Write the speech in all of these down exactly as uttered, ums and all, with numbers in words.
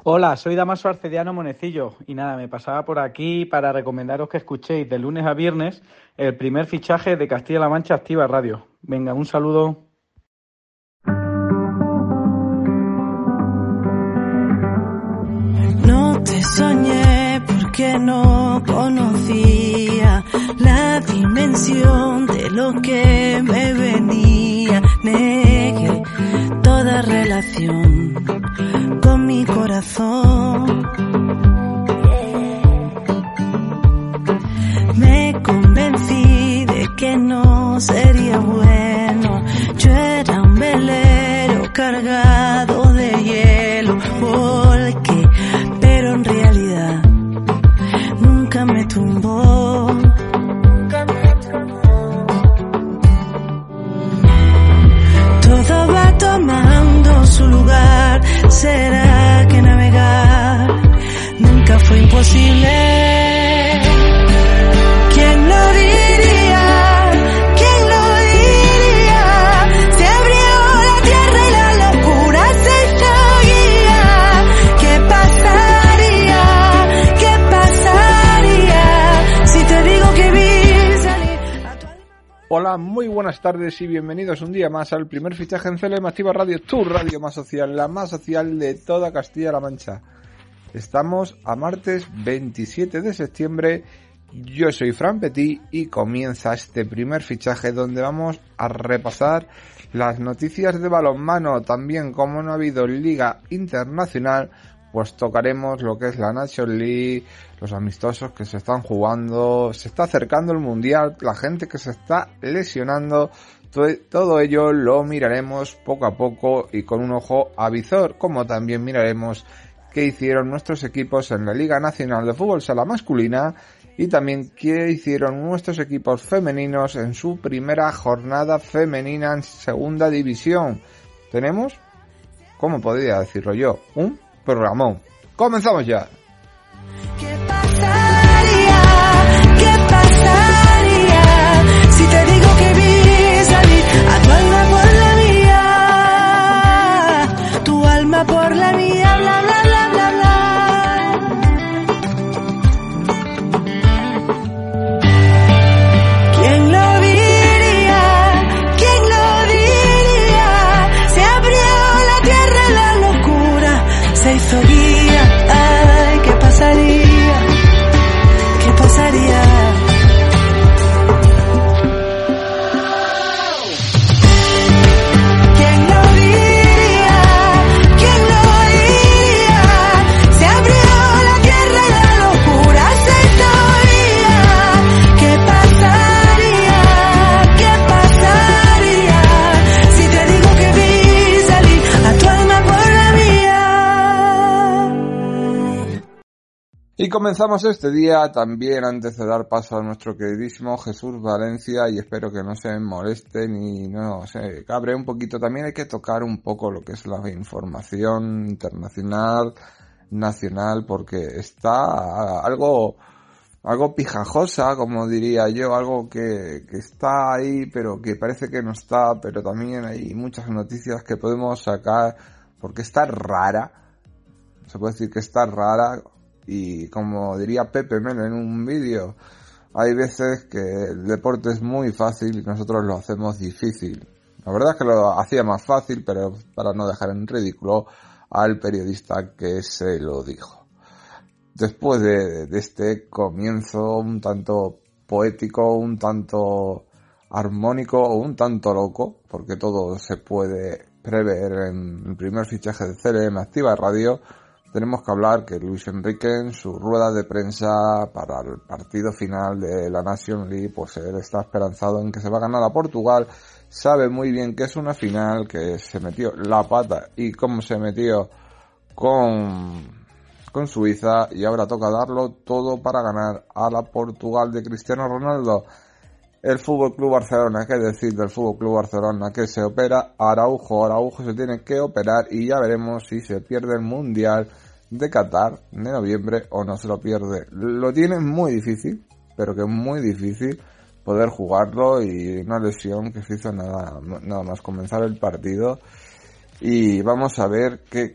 Hola, soy Damaso Arcediano Monecillo y nada, me pasaba por aquí para recomendaros que escuchéis de lunes a viernes el primer fichaje de Castilla-La Mancha Activa Radio. Venga, un saludo. No te soñé porque no conocía la dimensión de lo que me venía. Negué toda relación con mi corazón. Me convencí de que no sería bueno. Yo era un velero cargado de hielo. Volqué, pero en realidad nunca me tumbó. Todo va tomando su lugar. ¿Será que navegar nunca fue imposible? ¿Quién lo diría? ¿Quién lo diría? Se abrió la tierra y la locura se hizo guía. ¿Qué pasaría? ¿Qué pasaría si te digo que vi salir a tu alma? Hola, muy buenas tardes y bienvenidos un día más al primer fichaje en C L M Activa Radio, tu radio más social, la más social de toda Castilla-La Mancha. Estamos a martes veintisiete de septiembre. Yo soy Fran Petit y comienza este primer fichaje donde vamos a repasar las noticias de balonmano. También, como no ha habido liga internacional, pues tocaremos lo que es la National League, los amistosos que se están jugando, se está acercando el mundial, la gente que se está lesionando. Todo ello lo miraremos poco a poco y con un ojo avizor, como también miraremos qué hicieron nuestros equipos en la Liga Nacional de Fútbol Sala Masculina y también qué hicieron nuestros equipos femeninos en su primera jornada femenina en segunda división. Tenemos, ¿cómo podría decirlo yo? Un programón. ¡Comenzamos ya! ¿Qué pasaría? ¿Qué pasaría si te digo que vi salir a tu alma por la mía? Tu alma por la mía, bla bla bla bla bla. ¿Quién lo diría? ¿Quién lo diría? Se abrió la tierra y la locura se hizo guía. Ay, ¿qué pasaría? ¿Qué pasaría? ¿Quién lo diría? ¿Quién lo diría? Se abrió la tierra y la locura se hizo guía. ¿Qué pasaría? ¿Qué pasaría si te digo que vi salir a tu alma por la mía? Y comenzamos este día también, antes de dar paso a nuestro queridísimo Jesús Valencia, y espero que no se molesten y no se cabre un poquito. También hay que tocar un poco lo que es la información internacional, nacional, porque está algo algo pijajosa, como diría yo, algo que, que está ahí, pero que parece que no está, pero también hay muchas noticias que podemos sacar, porque está rara, se puede decir que está rara. Y como diría Pepe Mel en un vídeo, hay veces que el deporte es muy fácil y nosotros lo hacemos difícil. La verdad es que lo hacía más fácil, pero para no dejar en ridículo al periodista que se lo dijo. Después de, de este comienzo un tanto poético, un tanto armónico o un tanto loco, porque todo se puede prever en el primer fichaje de C L M Activa Radio, tenemos que hablar que Luis Enrique en su rueda de prensa para el partido final de la National League, pues él está esperanzado en que se va a ganar a Portugal, sabe muy bien que es una final, que se metió la pata y cómo se metió con, con Suiza, y ahora toca darlo todo para ganar a la Portugal de Cristiano Ronaldo. El Fútbol Club Barcelona, ¿qué decir del Fútbol Club Barcelona? Que se opera Araujo, Araujo se tiene que operar y ya veremos si se pierde el Mundial de Qatar de noviembre o no se lo pierde. Lo tiene muy difícil, pero que es muy difícil poder jugarlo, y una lesión que se hizo nada, nada más comenzar el partido. Y vamos a ver qué cara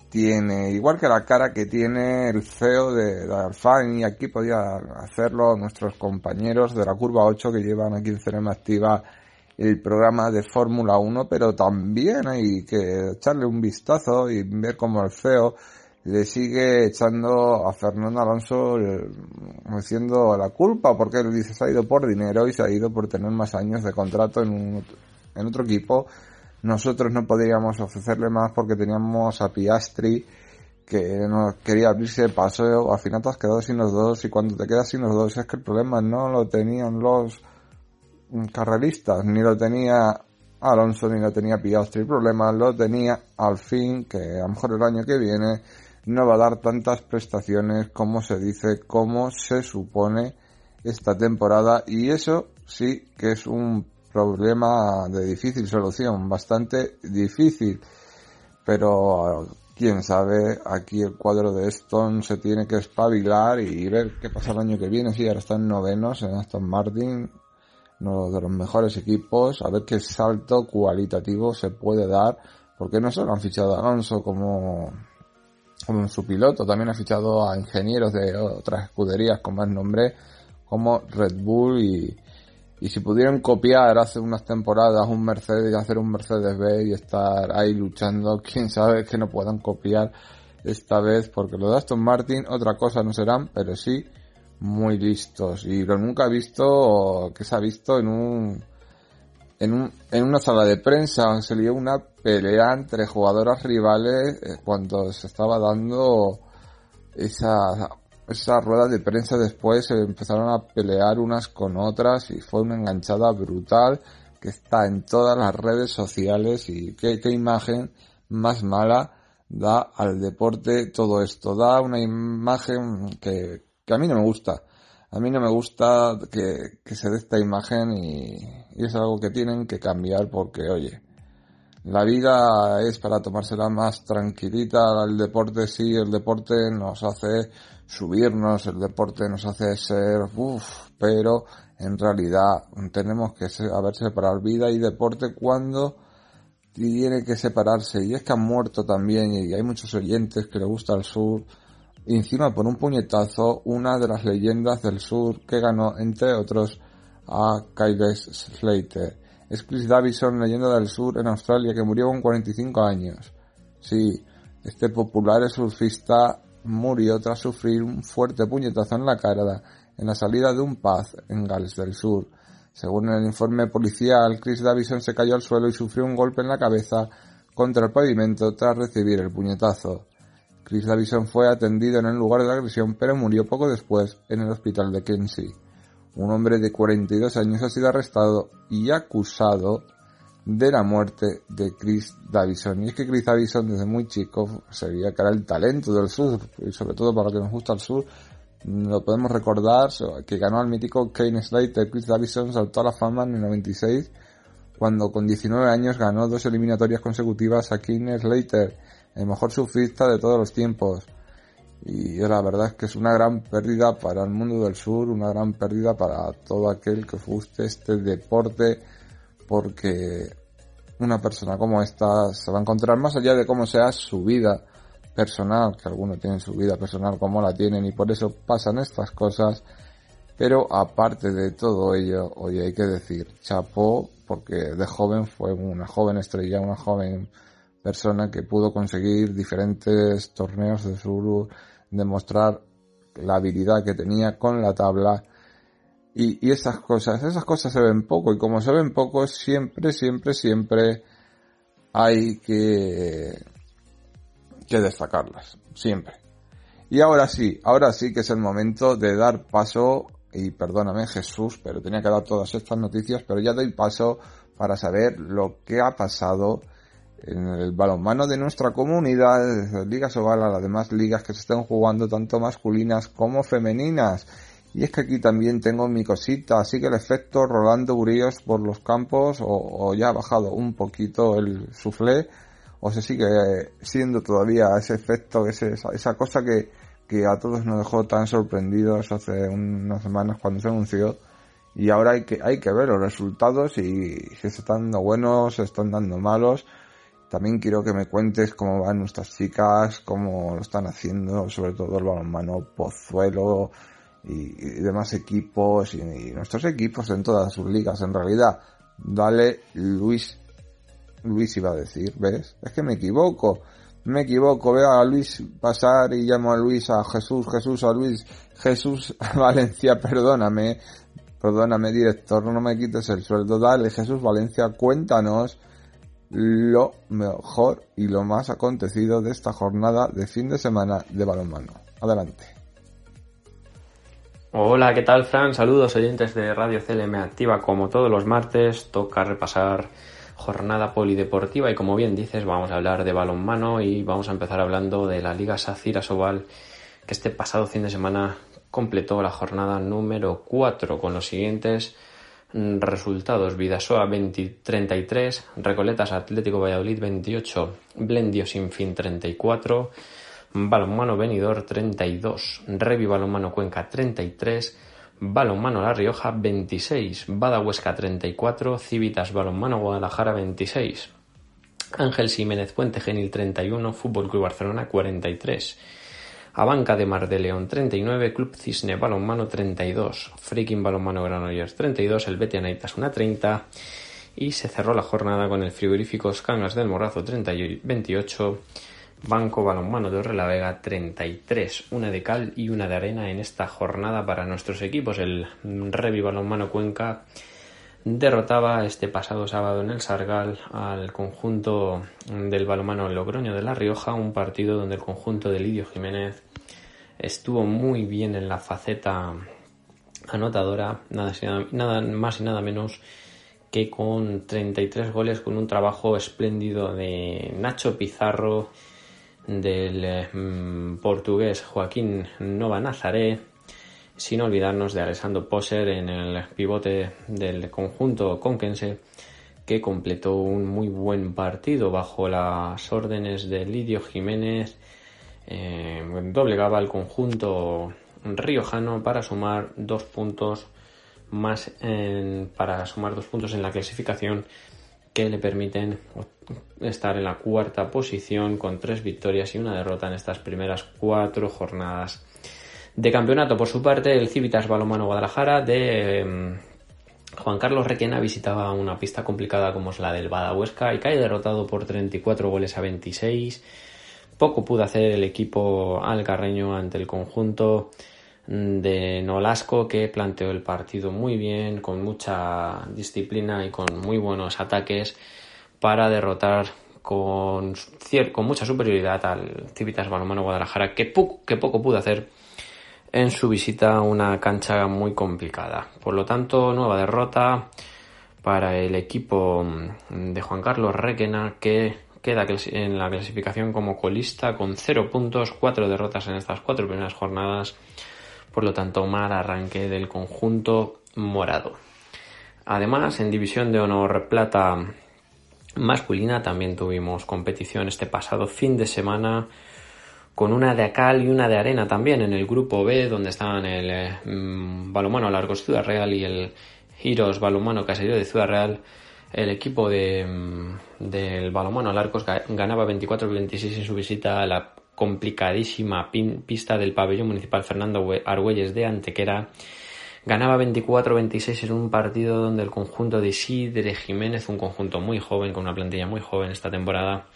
tiene, igual que la cara que tiene el C E O de, de Alfine, y aquí podía hacerlo nuestros compañeros de la Curva ocho que llevan aquí en Cinema Activa el programa de Fórmula uno, pero también hay que echarle un vistazo y ver cómo el C E O le sigue echando a Fernando Alonso diciendo la culpa, porque él dice se ha ido por dinero y se ha ido por tener más años de contrato en, un, en otro equipo. Nosotros no podíamos ofrecerle más porque teníamos a Piastri que no quería abrirse paso. Al final te has quedado sin los dos, y cuando te quedas sin los dos es que el problema no lo tenían los carreristas, ni lo tenía Alonso ni lo tenía Piastri. El problema lo tenía Alpine, que a lo mejor el año que viene no va a dar tantas prestaciones como se dice, como se supone esta temporada, y eso sí que es un problema de difícil solución, bastante difícil, pero quién sabe, aquí el cuadro de Aston se tiene que espabilar y ver qué pasa el año que viene. Sí, ahora están novenos en Aston Martin, uno de los mejores equipos, a ver qué salto cualitativo se puede dar, porque no solo han fichado a Alonso como, como su piloto, también ha fichado a ingenieros de otras escuderías con más nombre, como Red Bull, y Y si pudieran copiar hace unas temporadas un Mercedes y hacer un Mercedes B y estar ahí luchando, quién sabe que no puedan copiar esta vez, porque los de Aston Martin otra cosa no serán, pero sí muy listos. Y lo nunca he visto, que se ha visto en un, en un, en una sala de prensa, se lió una pelea entre jugadoras rivales eh, cuando se estaba dando esa... Esa rueda de prensa. Después se empezaron a pelear unas con otras y fue una enganchada brutal que está en todas las redes sociales. Y qué, qué imagen más mala da al deporte todo esto. Da una imagen que, que a mí no me gusta. A mí no me gusta que, que se dé esta imagen, y, y es algo que tienen que cambiar, porque oye, la vida es para tomársela más tranquilita. El deporte sí, el deporte nos hace subirnos, el deporte nos hace ser uff, pero en realidad tenemos que saber separar vida y deporte cuando tiene que separarse. Y es que han muerto también, y hay muchos oyentes que le gusta el sur, y encima por un puñetazo una de las leyendas del sur que ganó, entre otros, a Kyle Slater. Es Chris Davison, leyenda del sur en Australia, que murió con cuarenta y cinco años. Sí, este popular surfista murió tras sufrir un fuerte puñetazo en la cara en la salida de un pub en Gales del Sur. Según el informe policial, Chris Davison se cayó al suelo y sufrió un golpe en la cabeza contra el pavimento tras recibir el puñetazo. Chris Davison fue atendido en el lugar de la agresión, pero murió poco después en el hospital de Kensey. Un hombre de cuarenta y dos años ha sido arrestado y acusado de la muerte de Chris Davison. Y es que Chris Davison desde muy chico se veía que era el talento del sur, y sobre todo para los que nos gusta el sur, lo podemos recordar, que ganó al mítico Kane Slater. Chris Davison saltó a la fama en el noventa y seis, cuando con diecinueve años ganó dos eliminatorias consecutivas a Kane Slater, el mejor surfista de todos los tiempos. Y la verdad es que es una gran pérdida para el mundo del sur, una gran pérdida para todo aquel que guste este deporte, porque una persona como esta se va a encontrar, más allá de cómo sea su vida personal, que algunos tienen su vida personal como la tienen y por eso pasan estas cosas, pero aparte de todo ello, oye, hay que decir chapó, porque de joven fue una joven estrella, una joven persona que pudo conseguir diferentes torneos de surf, demostrar la habilidad que tenía con la tabla. Y, y esas cosas, esas cosas se ven poco, y como se ven poco, siempre, siempre, siempre hay que, que destacarlas, siempre. Y ahora sí, ahora sí que es el momento de dar paso, y perdóname Jesús, pero tenía que dar todas estas noticias, pero ya doy paso para saber lo que ha pasado en el balonmano de nuestra comunidad, desde Liga Sobal a las demás ligas que se están jugando, tanto masculinas como femeninas. Y es que aquí también tengo mi cosita, así que el efecto Rolando Urios por los campos, o, o ya ha bajado un poquito el suflé, o se sigue siendo todavía ese efecto, ese, esa, esa cosa que, que a todos nos dejó tan sorprendidos hace unas semanas cuando se anunció. Y ahora hay que, hay que ver los resultados y si se están dando buenos, se están dando malos. También quiero que me cuentes cómo van nuestras chicas, cómo lo están haciendo, sobre todo el balonmano Pozuelo y, y demás equipos y, y nuestros equipos en todas sus ligas. En realidad, dale Luis, Luis iba a decir, ¿ves? Es que me equivoco, me equivoco, veo a Luis pasar y llamo a Luis, a Jesús, Jesús, a Luis, Jesús Valencia, perdóname, perdóname director, no me quites el sueldo. Dale Jesús Valencia, cuéntanos lo mejor y lo más acontecido de esta jornada de fin de semana de balonmano. Adelante. Hola, ¿qué tal, Fran? Saludos, oyentes de Radio C L M Activa. Como todos los martes, toca repasar jornada polideportiva y, como bien dices, vamos a hablar de balonmano y vamos a empezar hablando de la Liga Sacyr Asobal, que este pasado fin de semana completó la jornada número cuatro con los siguientes resultados: Bidasoa veinte, treinta y tres, Recoletas Atlético Valladolid veintiocho, Blendio Sinfín treinta y cuatro, Balonmano Benidorm treinta y dos, Revi Balonmano Cuenca treinta y tres, Balonmano La Rioja veintiséis, Bada Huesca treinta y cuatro, Civitas Balonmano Guadalajara veintiséis, Ángel Jiménez Puente Genil treinta y uno, Fútbol Club Barcelona cuarenta y tres, Abanca de Mar de León treinta y nueve, Club Cisne Balonmano treinta y dos, Freaking Balonmano Granollers treinta y dos, el Betia Naitasuna treinta, y se cerró la jornada con el Frigoríficos Cangas del Morrazo treinta y veintiocho, Banco Balonmano de Torrelavega treinta y tres, una de cal y una de arena en esta jornada para nuestros equipos. El Revi Balonmano Cuenca derrotaba este pasado sábado en el Sargal al conjunto del balonmano Logroño de La Rioja, un partido donde el conjunto de Lidio Jiménez estuvo muy bien en la faceta anotadora, nada, nada más y nada menos que con treinta y tres goles, con un trabajo espléndido de Nacho Pizarro, del eh, portugués Joaquín Nova Nazaré, sin olvidarnos de Alessandro Poser en el pivote del conjunto conquense, que completó un muy buen partido bajo las órdenes de Lidio Jiménez. Eh, doblegaba al conjunto riojano para sumar dos puntos más en, para sumar dos puntos en la clasificación, que le permiten estar en la cuarta posición con tres victorias y una derrota en estas primeras cuatro jornadas de campeonato. Por su parte, el Civitas Balonmano Guadalajara de eh, Juan Carlos Requena visitaba una pista complicada como es la del Bada Huesca y cae derrotado por treinta y cuatro goles a veintiséis. Poco pudo hacer el equipo alcarreño ante el conjunto de Nolasco, que planteó el partido muy bien, con mucha disciplina y con muy buenos ataques para derrotar con, con mucha superioridad al Civitas Balonmano Guadalajara, que, po- que poco pudo hacer en su visita a una cancha muy complicada. Por lo tanto, nueva derrota para el equipo de Juan Carlos Requena, que queda en la clasificación como colista con cero puntos, cuatro derrotas en estas cuatro primeras jornadas. Por lo tanto, mal arranque del conjunto morado. Además, en División de Honor Plata masculina también tuvimos competición este pasado fin de semana, con una de cal y una de arena también en el grupo B, donde estaban el eh, Balonmano Largos Ciudad Real y el Giros Balonmano Caserío de Ciudad Real. El equipo de, del Balonmano Largos ganaba veinticuatro a veintiséis en su visita a la complicadísima pin, pista del pabellón municipal Fernando Argüelles de Antequera. Ganaba veinticuatro a veintiséis en un partido donde el conjunto de Isidre Jiménez, un conjunto muy joven, con una plantilla muy joven esta temporada,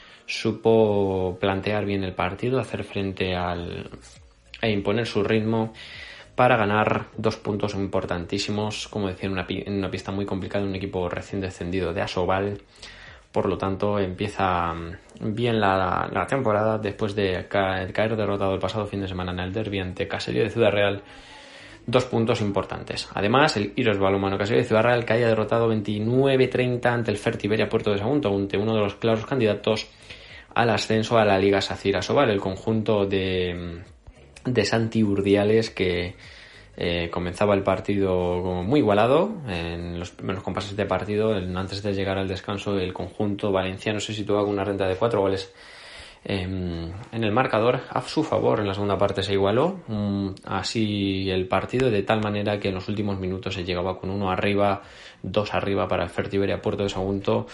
supo plantear bien el partido, hacer frente al e imponer su ritmo para ganar dos puntos importantísimos, como decía, en una, en una pista muy complicada, un equipo recién descendido de Asobal. Por lo tanto, empieza bien la, la temporada después de caer, caer derrotado el pasado fin de semana en el derbi ante Caserío de Ciudad Real. Dos puntos importantes. Además, el Iros Balonmano Caserío de Ciudad Real caía derrotado veintinueve a treinta ante el Fertiberia Puerto de Sagunto, ante uno de los claros candidatos al ascenso a la Liga Sacyr Asobal, el conjunto de, de Santi Urdiales, que eh, comenzaba el partido como muy igualado. En los primeros compases de partido, antes de llegar al descanso, el conjunto valenciano se situaba con una renta de cuatro goles en el marcador a su favor. En la segunda parte se igualó así el partido, de tal manera que en los últimos minutos se llegaba con uno arriba, dos arriba para el Fertiberia Puerto de Sagunto,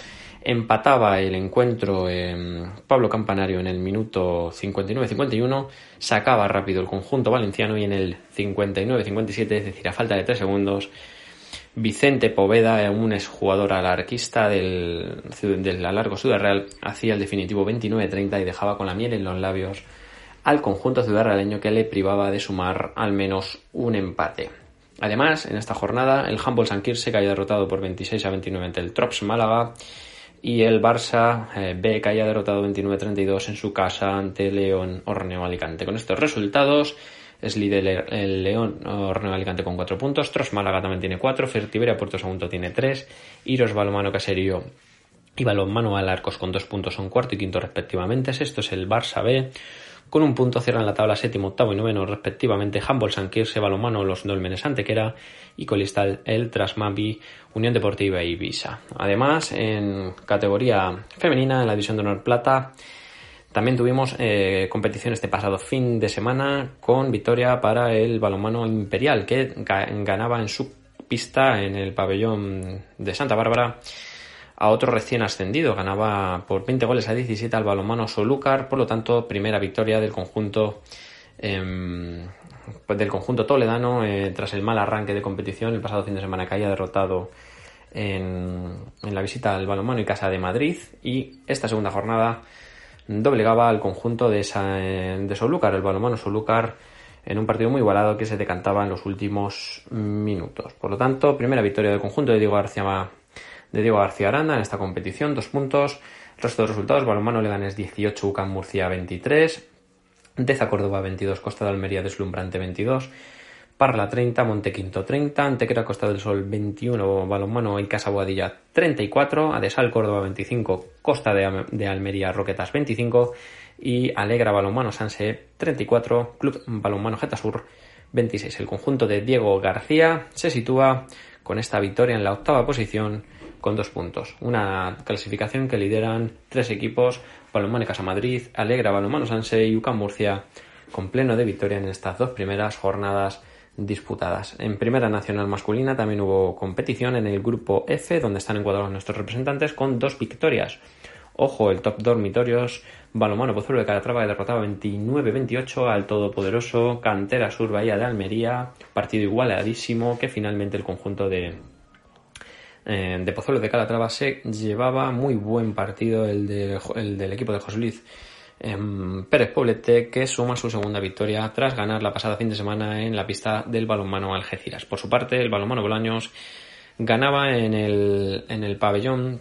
Empataba el encuentro eh, Pablo Campanario en el minuto cincuenta y nueve cincuenta y uno, sacaba rápido el conjunto valenciano y en el cincuenta y nueve cincuenta y siete, es decir, a falta de tres segundos, Vicente Poveda, un exjugador alarquista del, del Alargo Ciudad Real, hacía el definitivo veintinueve treinta y dejaba con la miel en los labios al conjunto ciudadrealeño, que le privaba de sumar al menos un empate. Además, en esta jornada, el Handball Sant Quirze caía derrotado por veintiséis a veintinueve ante el Trops Málaga y el Barça eh, B caía derrotado veintinueve treinta y dos en su casa ante León Horneo Alicante. Con estos resultados es líder el León Horneo Alicante con cuatro puntos, Trops Málaga también tiene cuatro, Fertiberia Puerto Sagunto tiene tres, Iros Balonmano Caserío y Balonmano Alarcos con dos puntos son cuarto y quinto respectivamente. Sexto es el Barça B. Con un punto cierran la tabla séptimo, octavo y noveno respectivamente Handball Sant Quirze, Balonmano Los Dólmenes Antequera y colista el Trasmavi Unión Deportiva Ibiza. Además, en categoría femenina, en la División de Honor Plata, también tuvimos eh, competición este pasado fin de semana con victoria para el Balonmano Imperial, que ga- ganaba en su pista en el pabellón de Santa Bárbara a otro recién ascendido. Ganaba por veinte goles a diecisiete al Balonmano Solúcar, por lo tanto, primera victoria del conjunto eh, del conjunto toledano eh, tras el mal arranque de competición. El pasado fin de semana caía derrotado en, en la visita al Balonmano y Casa de Madrid, y esta segunda jornada doblegaba al conjunto de, esa, de Solúcar, el Balonmano Solúcar, en un partido muy igualado que se decantaba en los últimos minutos. Por lo tanto, primera victoria del conjunto de Diego García de Diego García Aranda en esta competición, dos puntos. El resto de resultados: Balonmano Leganés dieciocho, U C A M Murcia veintitrés, Deza Córdoba veintidós, Costa de Almería Deslumbrante veintidós, Parla treinta, Montequinto treinta, Antequera Costa del Sol veintiuno, Balonmano y Casa Boadilla treinta y cuatro, Adesal Córdoba veinticinco, Costa de, de Almería Roquetas veinticinco y Alegra Balonmano Sanse treinta y cuatro, Club Balonmano Getasur veintiséis. El conjunto de Diego García se sitúa con esta victoria en la octava posición con dos puntos. Una clasificación que lideran tres equipos: Balonmano Casa Madrid, Alegra Balonmano Sanse y U C A M Murcia, con pleno de victoria en estas dos primeras jornadas disputadas. En Primera Nacional Masculina también hubo competición en el grupo F, donde están encuadrados nuestros representantes con dos victorias. Ojo, el Top Dormitorios, Balonmano Pozuelo de Calatrava, que derrotaba veintinueve veintiocho al todopoderoso Cantera Sur Bahía de Almería, partido igualadísimo que finalmente el conjunto de eh, de Pozuelo de Calatrava se llevaba. Muy buen partido el, de, el del equipo de José Luis eh, Pérez Poblete, que suma su segunda victoria tras ganar la pasada fin de semana en la pista del Balonmano Algeciras. Por su parte, el Balonmano Bolaños ganaba en el, en el pabellón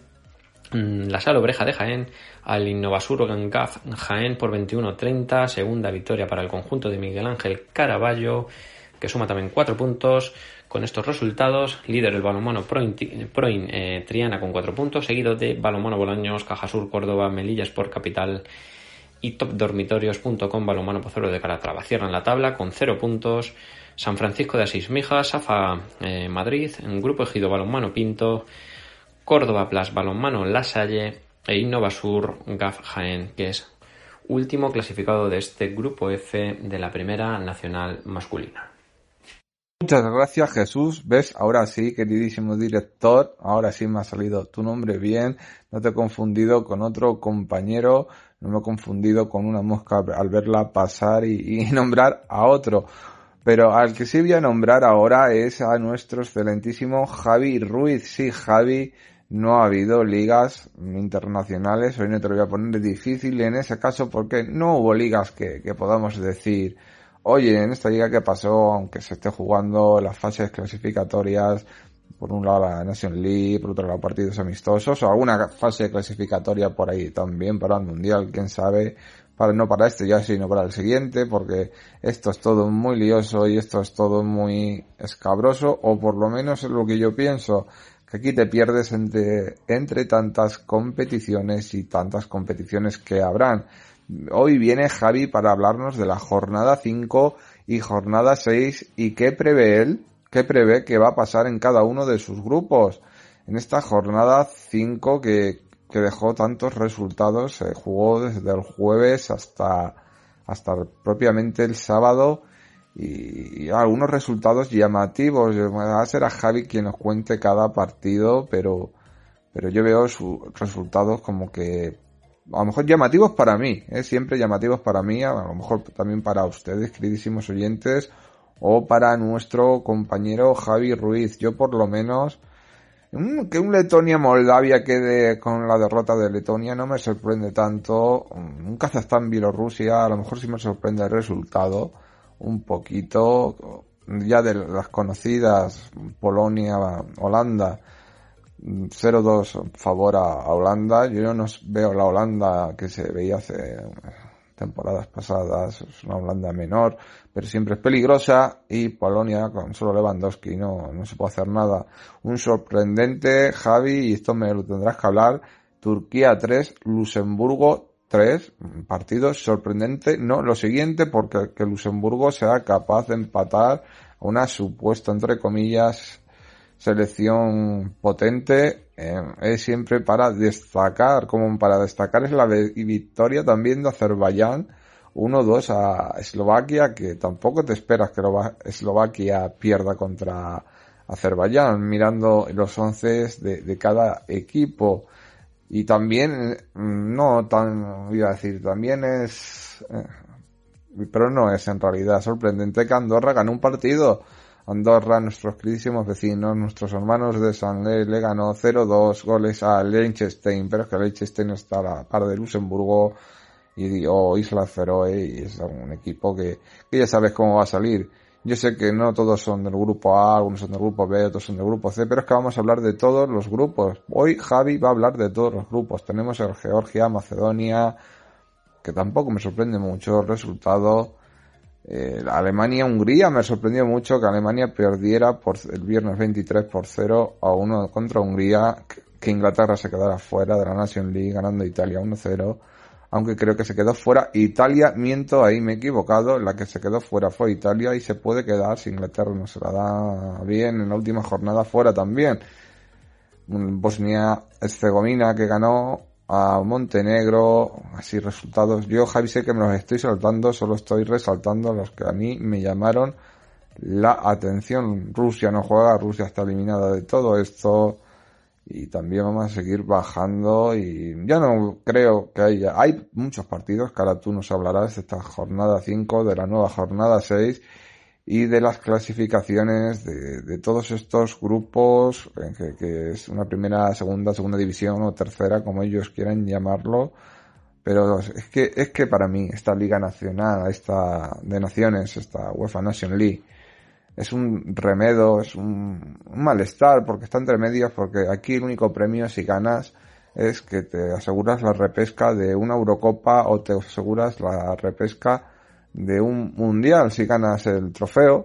La Sala Obreja de Jaén al Innovasur Gangaf Jaén por veintiuno treinta, segunda victoria para el conjunto de Miguel Ángel Caraballo, que suma también cuatro puntos. Con estos resultados, líder el Balonmano Proin, Proin eh, Triana con cuatro puntos, seguido de Balonmano Bolaños, Cajasur Córdoba, Melilla Sport Capital y top dormitorios punto com Balonmano Pozuelo de Calatrava. Cierran la tabla con cero puntos San Francisco de Asís Mijas, Safa eh, Madrid, en Grupo Ejido Balonmano Pinto, Córdoba Plus Balonmano La Salle e Innovasur Gaf Jaén, que es último clasificado de este Grupo F de la Primera Nacional Masculina. Muchas gracias, Jesús. ¿Ves? Ahora sí, queridísimo director, ahora sí me ha salido tu nombre bien. No te he confundido con otro compañero, no me he confundido con una mosca al verla pasar y, y nombrar a otro. Pero al que sí voy a nombrar ahora es a nuestro excelentísimo Javi Ruiz. Sí, Javi, no ha habido ligas internacionales. Hoy no te lo voy a poner difícil en ese caso porque no hubo ligas que, que podamos decir: oye, en esta liga que pasó, aunque se esté jugando las fases clasificatorias, por un lado la Nation League, por otro lado partidos amistosos, o alguna fase clasificatoria por ahí también para el Mundial, quién sabe, para no para este ya, sino para el siguiente, porque esto es todo muy lioso y esto es todo muy escabroso, o por lo menos es lo que yo pienso, que aquí te pierdes entre, entre tantas competiciones y tantas competiciones que habrán. Hoy viene Javi para hablarnos de la jornada cinco y jornada seis y qué prevé él, qué prevé que va a pasar en cada uno de sus grupos. En esta jornada cinco que, que dejó tantos resultados, se jugó desde el jueves hasta, hasta propiamente el sábado y, y algunos resultados llamativos. Va a ser a Javi quien nos cuente cada partido, pero pero yo veo sus resultados como que a lo mejor llamativos para mí, ¿eh? Siempre llamativos para mí, a lo mejor también para ustedes, queridísimos oyentes, o para nuestro compañero Javi Ruiz. Yo por lo menos, que un Letonia-Moldavia quede con la derrota de Letonia no me sorprende tanto. Un Kazajstán-Bielorrusia a lo mejor sí me sorprende el resultado un poquito. Ya de las conocidas, Polonia-Holanda, cero dos favor a, a Holanda. Yo no veo la Holanda que se veía hace temporadas pasadas, es una Holanda menor, pero siempre es peligrosa, y Polonia con solo Lewandowski no, no se puede hacer nada. Un sorprendente, Javi, y esto me lo tendrás que hablar, Turquía tres, Luxemburgo tres, partido sorprendente, no lo siguiente, porque que Luxemburgo sea capaz de empatar a una supuesta, entre comillas, selección potente, eh, es siempre para destacar, como para destacar es la victoria también de Azerbaiyán uno dos a Eslovaquia, que tampoco te esperas que Eslovaquia pierda contra Azerbaiyán, mirando los once de, de cada equipo. Y también, no tan, iba a decir, también es, eh, pero no es en realidad sorprendente que Andorra ganó un partido. Andorra, nuestros queridísimos vecinos, nuestros hermanos de Sanley, le ganó cero dos goles a Liechtenstein, pero es que Liechtenstein está a la par de Luxemburgo y o Islas Feroe, y es un equipo que, que ya sabes cómo va a salir. Yo sé que no todos son del grupo A, algunos son del grupo B, otros son del grupo C, pero es que vamos a hablar de todos los grupos. Hoy Javi va a hablar de todos los grupos. Tenemos el Georgia, Macedonia, que tampoco me sorprende mucho el resultado. Eh, Alemania-Hungría, me sorprendió mucho que Alemania perdiera por el viernes veintitrés por cero a uno contra Hungría, que, que Inglaterra se quedara fuera de la Nation League ganando Italia uno cero, aunque creo que se quedó fuera Italia, miento, ahí me he equivocado, la que se quedó fuera fue Italia y se puede quedar si Inglaterra no se la da bien en la última jornada fuera también. Bosnia-Herzegovina que ganó a Montenegro, así resultados. Yo, Javi, sé que me los estoy saltando, solo estoy resaltando los que a mí me llamaron la atención. Rusia no juega, Rusia está eliminada de todo esto, y también vamos a seguir bajando, y ya no creo que haya, hay muchos partidos que ahora tú nos hablarás de esta jornada cinco, de la nueva jornada seis, y de las clasificaciones de, de todos estos grupos, que, que es una primera, segunda, segunda división o tercera, como ellos quieran llamarlo, pero es que, es que para mí esta Liga Nacional, esta de Naciones, esta UEFA Nation League, es un remedo, es un, un malestar, porque está entre medias, porque aquí el único premio si ganas es que te aseguras la repesca de una Eurocopa o te aseguras la repesca de un mundial si ganas el trofeo,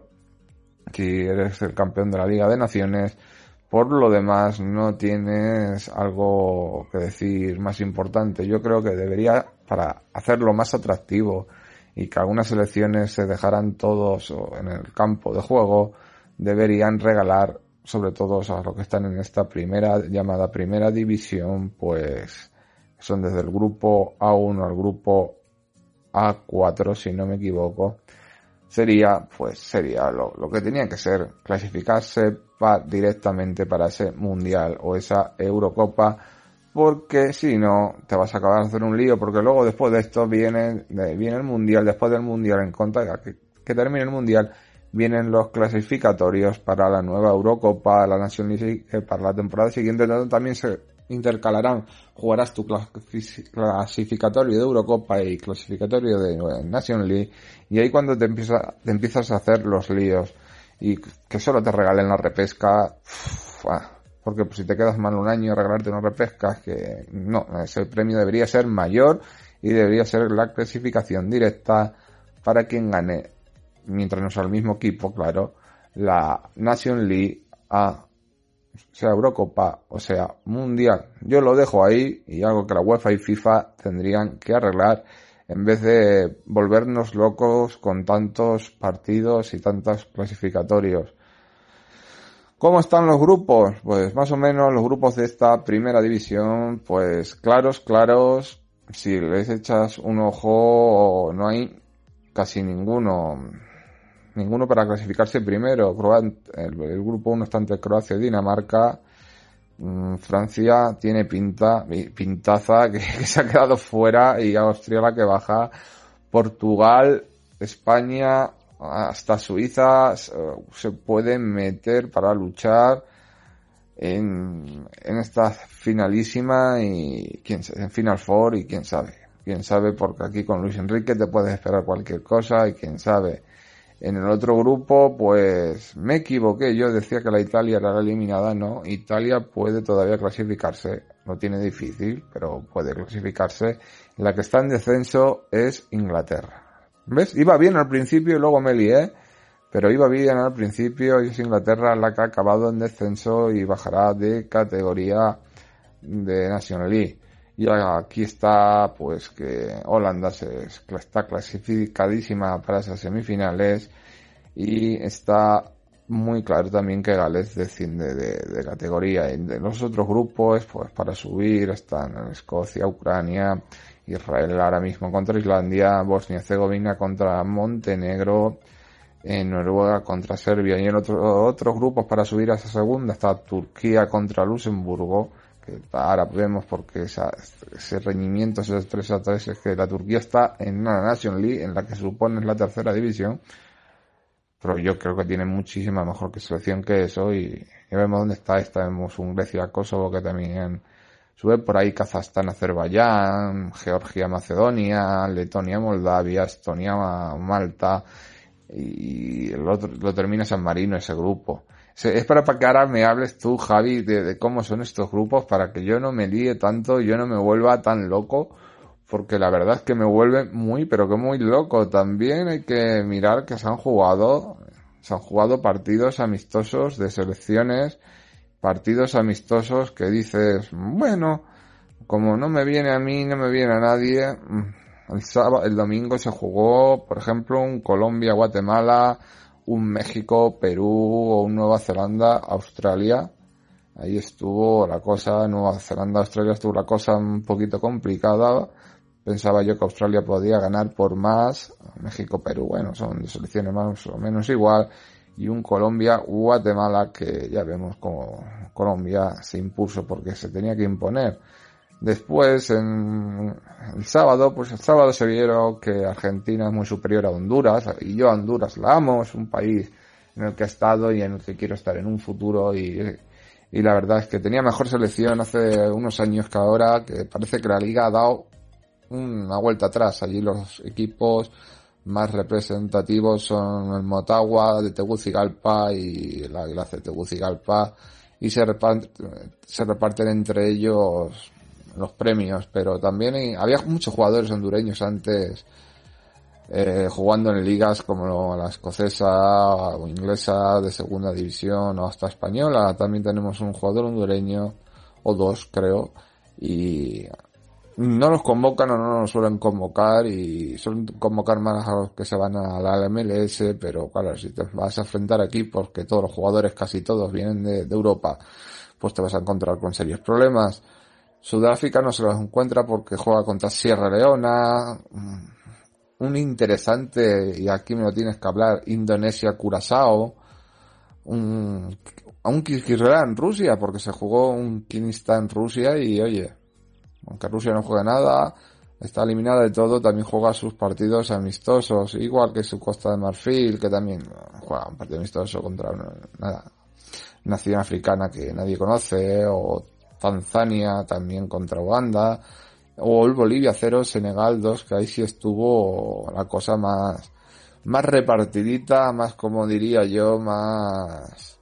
si eres el campeón de la Liga de Naciones. Por lo demás no tienes algo que decir más importante. Yo creo que debería, para hacerlo más atractivo y que algunas selecciones se dejaran todos en el campo de juego, deberían regalar, sobre todo a los que están en esta primera llamada primera división, pues son desde el grupo A uno al grupo A cuatro, si no me equivoco, sería, pues sería lo, lo que tenía que ser, clasificarse pa, directamente para ese mundial o esa Eurocopa, porque si no te vas a acabar de hacer un lío, porque luego después de esto viene, viene el mundial, después del mundial, en contra de que, que termine el mundial, vienen los clasificatorios para la nueva Eurocopa, la Nation League, para la temporada siguiente, donde también se intercalarán, jugarás tu clasificatorio de Eurocopa y clasificatorio de Nation League, y ahí cuando te empieza, te empiezas a hacer los líos, y que solo te regalen la repesca, uff, porque pues, si te quedas mal un año regalarte una repesca, es que no, ese premio debería ser mayor y debería ser la clasificación directa para quien gane, mientras no sea el mismo equipo, claro, la Nation League a sea Eurocopa o sea Mundial. Yo lo dejo ahí, y algo que la UEFA y FIFA tendrían que arreglar, en vez de volvernos locos con tantos partidos y tantos clasificatorios. ¿Cómo están los grupos? Pues más o menos los grupos de esta primera división, pues claros, claros. Si les echas un ojo, no hay casi ninguno. Ninguno para clasificarse primero. El, el grupo uno está entre Croacia y Dinamarca. Francia tiene pinta, pintaza que, que se ha quedado fuera, y Austria la que baja. Portugal, España, hasta Suiza se pueden meter para luchar en, en esta finalísima y quién sabe, en Final Four, y quién sabe, quién sabe, porque aquí con Luis Enrique te puedes esperar cualquier cosa, y quién sabe. En el otro grupo, pues me equivoqué, yo decía que la Italia era la eliminada. No, Italia puede todavía clasificarse, lo tiene difícil, pero puede clasificarse. La que está en descenso es Inglaterra. ¿Ves? Iba bien al principio y luego me lié, pero iba bien al principio, y es Inglaterra la que ha acabado en descenso y bajará de categoría de National League. Y aquí está, pues, que Holanda se, está clasificadísima para esas semifinales, y está muy claro también que Gales desciende de, de categoría. Y de los otros grupos, pues, para subir están Escocia, Ucrania, Israel ahora mismo contra Islandia, Bosnia-Herzegovina contra Montenegro, en Noruega contra Serbia, y en otro, otros grupos para subir a esa segunda está Turquía contra Luxemburgo, que ahora vemos porque esa, ese reñimiento, ese tres a tres, es que la Turquía está en una National League en la que se supone es la tercera división, pero yo creo que tiene muchísima mejor que selección que eso, y ya vemos dónde está. Estamos un Grecia, Kosovo, que también sube por ahí, Kazajstán, Azerbaiyán, Georgia, Macedonia, Letonia, Moldavia, Estonia, Malta, y el otro lo termina San Marino, ese grupo. Es para que ahora me hables tú, Javi, de, de cómo son estos grupos, para que yo no me líe tanto, yo no me vuelva tan loco, porque la verdad es que me vuelve muy, pero que muy loco. También hay que mirar que se han jugado, se han jugado partidos amistosos de selecciones, partidos amistosos que dices, bueno, como no me viene a mí, no me viene a nadie. El sábado, el domingo se jugó, por ejemplo, un Colombia-Guatemala, un México-Perú, o un Nueva Zelanda-Australia. Ahí estuvo la cosa, Nueva Zelanda-Australia estuvo la cosa un poquito complicada. Pensaba yo que Australia podía ganar por más. México-Perú, bueno, son selecciones más o menos igual. Y un Colombia-Guatemala que ya vemos como Colombia se impuso porque se tenía que imponer. Después, en el sábado, pues el sábado se vieron que Argentina es muy superior a Honduras, y yo a Honduras la amo, es un país en el que he estado y en el que quiero estar en un futuro, y, y la verdad es que tenía mejor selección hace unos años que ahora, que parece que la liga ha dado una vuelta atrás. Allí los equipos más representativos son el Motagua de Tegucigalpa y el Águilas de Tegucigalpa, y se reparten, se reparten entre ellos los premios, pero también hay, había muchos jugadores hondureños antes eh, jugando en ligas como la escocesa o inglesa de segunda división, o hasta española. También tenemos un jugador hondureño, o dos creo, y no los convocan o no nos suelen convocar, y suelen convocar más a los que se van a la M L S, pero claro, si te vas a enfrentar equipos que todos los jugadores, casi todos, vienen de, de Europa, pues te vas a encontrar con serios problemas. Sudáfrica no se los encuentra porque juega contra Sierra Leona, un interesante, y aquí me lo tienes que hablar, Indonesia-Curazao, un, un Kirguistán Rusia, porque se jugó un Kirguistán Rusia, y oye, aunque Rusia no juega nada, está eliminada de todo, también juega sus partidos amistosos, igual que su Costa de Marfil, que también juega un partido amistoso contra una, una nación africana que nadie conoce, o Tanzania también contra Uganda, o el Bolivia cero, Senegal dos, que ahí sí estuvo la cosa más, más repartidita, más, como diría yo, más,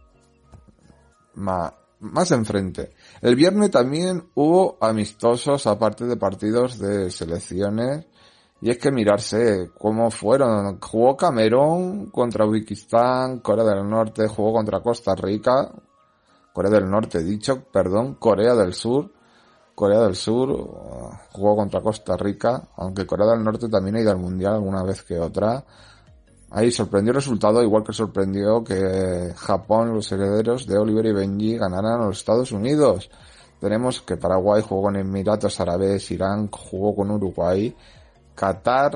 más, más enfrente. El viernes también hubo amistosos, aparte de partidos de selecciones, y es que mirarse cómo fueron. Jugó Camerún contra Uzbekistán, Corea del Norte jugó contra Costa Rica, Corea del Norte, dicho, perdón, Corea del Sur, Corea del Sur uh, jugó contra Costa Rica, aunque Corea del Norte también ha ido al Mundial alguna vez que otra. Ahí sorprendió el resultado, igual que sorprendió que Japón, los herederos de Oliver y Benji, ganaran a los Estados Unidos. Tenemos que Paraguay jugó con Emiratos Árabes, Irán jugó con Uruguay, Qatar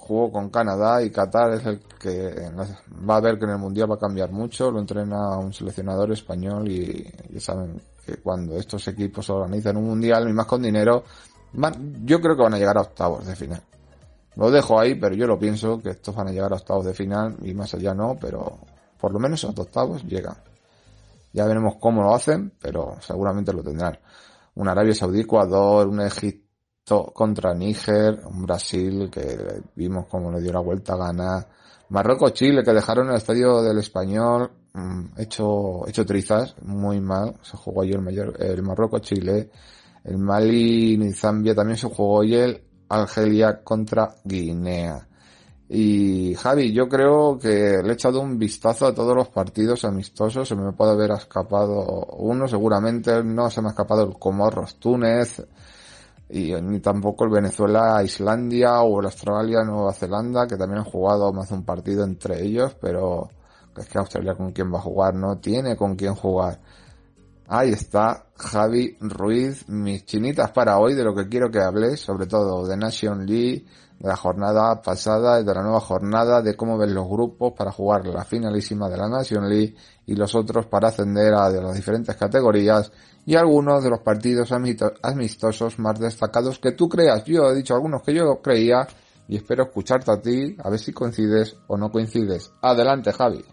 jugó con Canadá y Qatar es el que va a ver que en el Mundial va a cambiar mucho, lo entrena un seleccionador español y ya saben que cuando estos equipos organizan un Mundial y más con dinero, van, yo creo que van a llegar a octavos de final. Lo dejo ahí, pero yo lo pienso que estos van a llegar a octavos de final y más allá no, pero por lo menos a los octavos llegan. Ya veremos cómo lo hacen, pero seguramente lo tendrán. Un Arabia Saudí, Ecuador, un Egipto contra Níger, un Brasil que vimos cómo le dio la vuelta a Ghana, Marruecos, Chile, que dejaron el estadio del Español mmm, hecho hecho trizas, muy mal. Se jugó ayer el, mayor, el Marruecos, Chile, el Mali y Zambia también se jugó hoy el Argelia contra Guinea. Y Javi, yo creo que le he echado un vistazo a todos los partidos amistosos, se me puede haber escapado uno, seguramente no se me ha escapado el Comoros Túnez, y ni tampoco el Venezuela Islandia o el Australia Nueva Zelanda, que también han jugado más de un partido entre ellos, pero es que Australia con quién va a jugar, no tiene con quién jugar. Ahí está, Javi Ruiz, mis chinitas para hoy, de lo que quiero que hables, sobre todo de Nation League, de la jornada pasada y de la nueva jornada, de cómo ven los grupos para jugar la finalísima de la Nation League y los otros para ascender a de las diferentes categorías y algunos de los partidos amistosos más destacados que tú creas. Yo he dicho algunos que yo creía y espero escucharte a ti, a ver si coincides o no coincides. Adelante, Javi.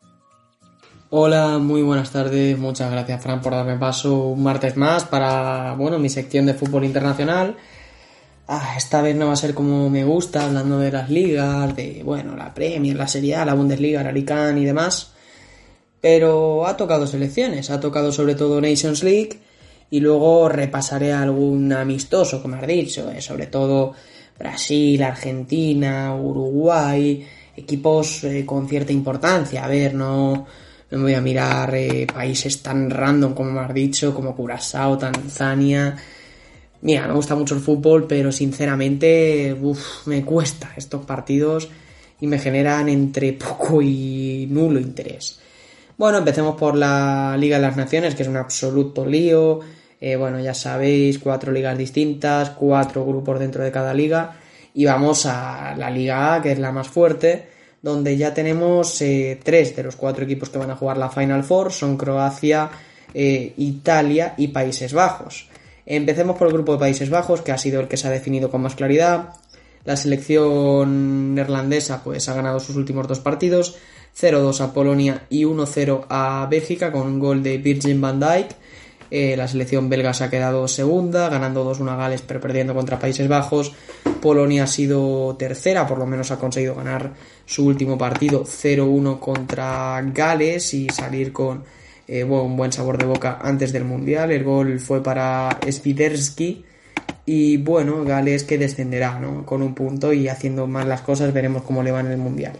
Hola, muy buenas tardes, muchas gracias Fran por darme paso un martes más para, bueno, mi sección de fútbol internacional. Ah, esta vez no va a ser como me gusta, hablando de las ligas, de, bueno, la Premier, la Serie A, la Bundesliga, la Liga y demás, pero ha tocado selecciones, ha tocado sobre todo Nations League y luego repasaré algún amistoso, como has dicho, eh, sobre todo Brasil, Argentina, Uruguay, equipos eh, con cierta importancia. A ver, no... No me voy a mirar eh, países tan random como me has dicho, como Curazao, Tanzania. Mira, me gusta mucho el fútbol, pero sinceramente uf, me cuesta estos partidos y me generan entre poco y nulo interés. Bueno, empecemos por la Liga de las Naciones, que es un absoluto lío. Eh, bueno, ya sabéis, cuatro ligas distintas, cuatro grupos dentro de cada liga. Y vamos a la Liga A, que es la más fuerte, donde ya tenemos eh, tres de los cuatro equipos que van a jugar la Final Four, son Croacia, eh, Italia y Países Bajos. Empecemos por el grupo de Países Bajos, que ha sido el que se ha definido con más claridad. La selección neerlandesa pues ha ganado sus últimos dos partidos, cero dos a Polonia y uno cero a Bélgica, con un gol de Virgil van Dijk. Eh, la selección belga se ha quedado segunda, ganando dos uno a Gales, pero perdiendo contra Países Bajos. Polonia ha sido tercera, por lo menos ha conseguido ganar su último partido cero uno contra Gales y salir con eh, bueno, un buen sabor de boca antes del Mundial. El gol fue para Swiderski y bueno, Gales que descenderá, ¿no?, con un punto, y haciendo mal las cosas veremos cómo le va en el Mundial.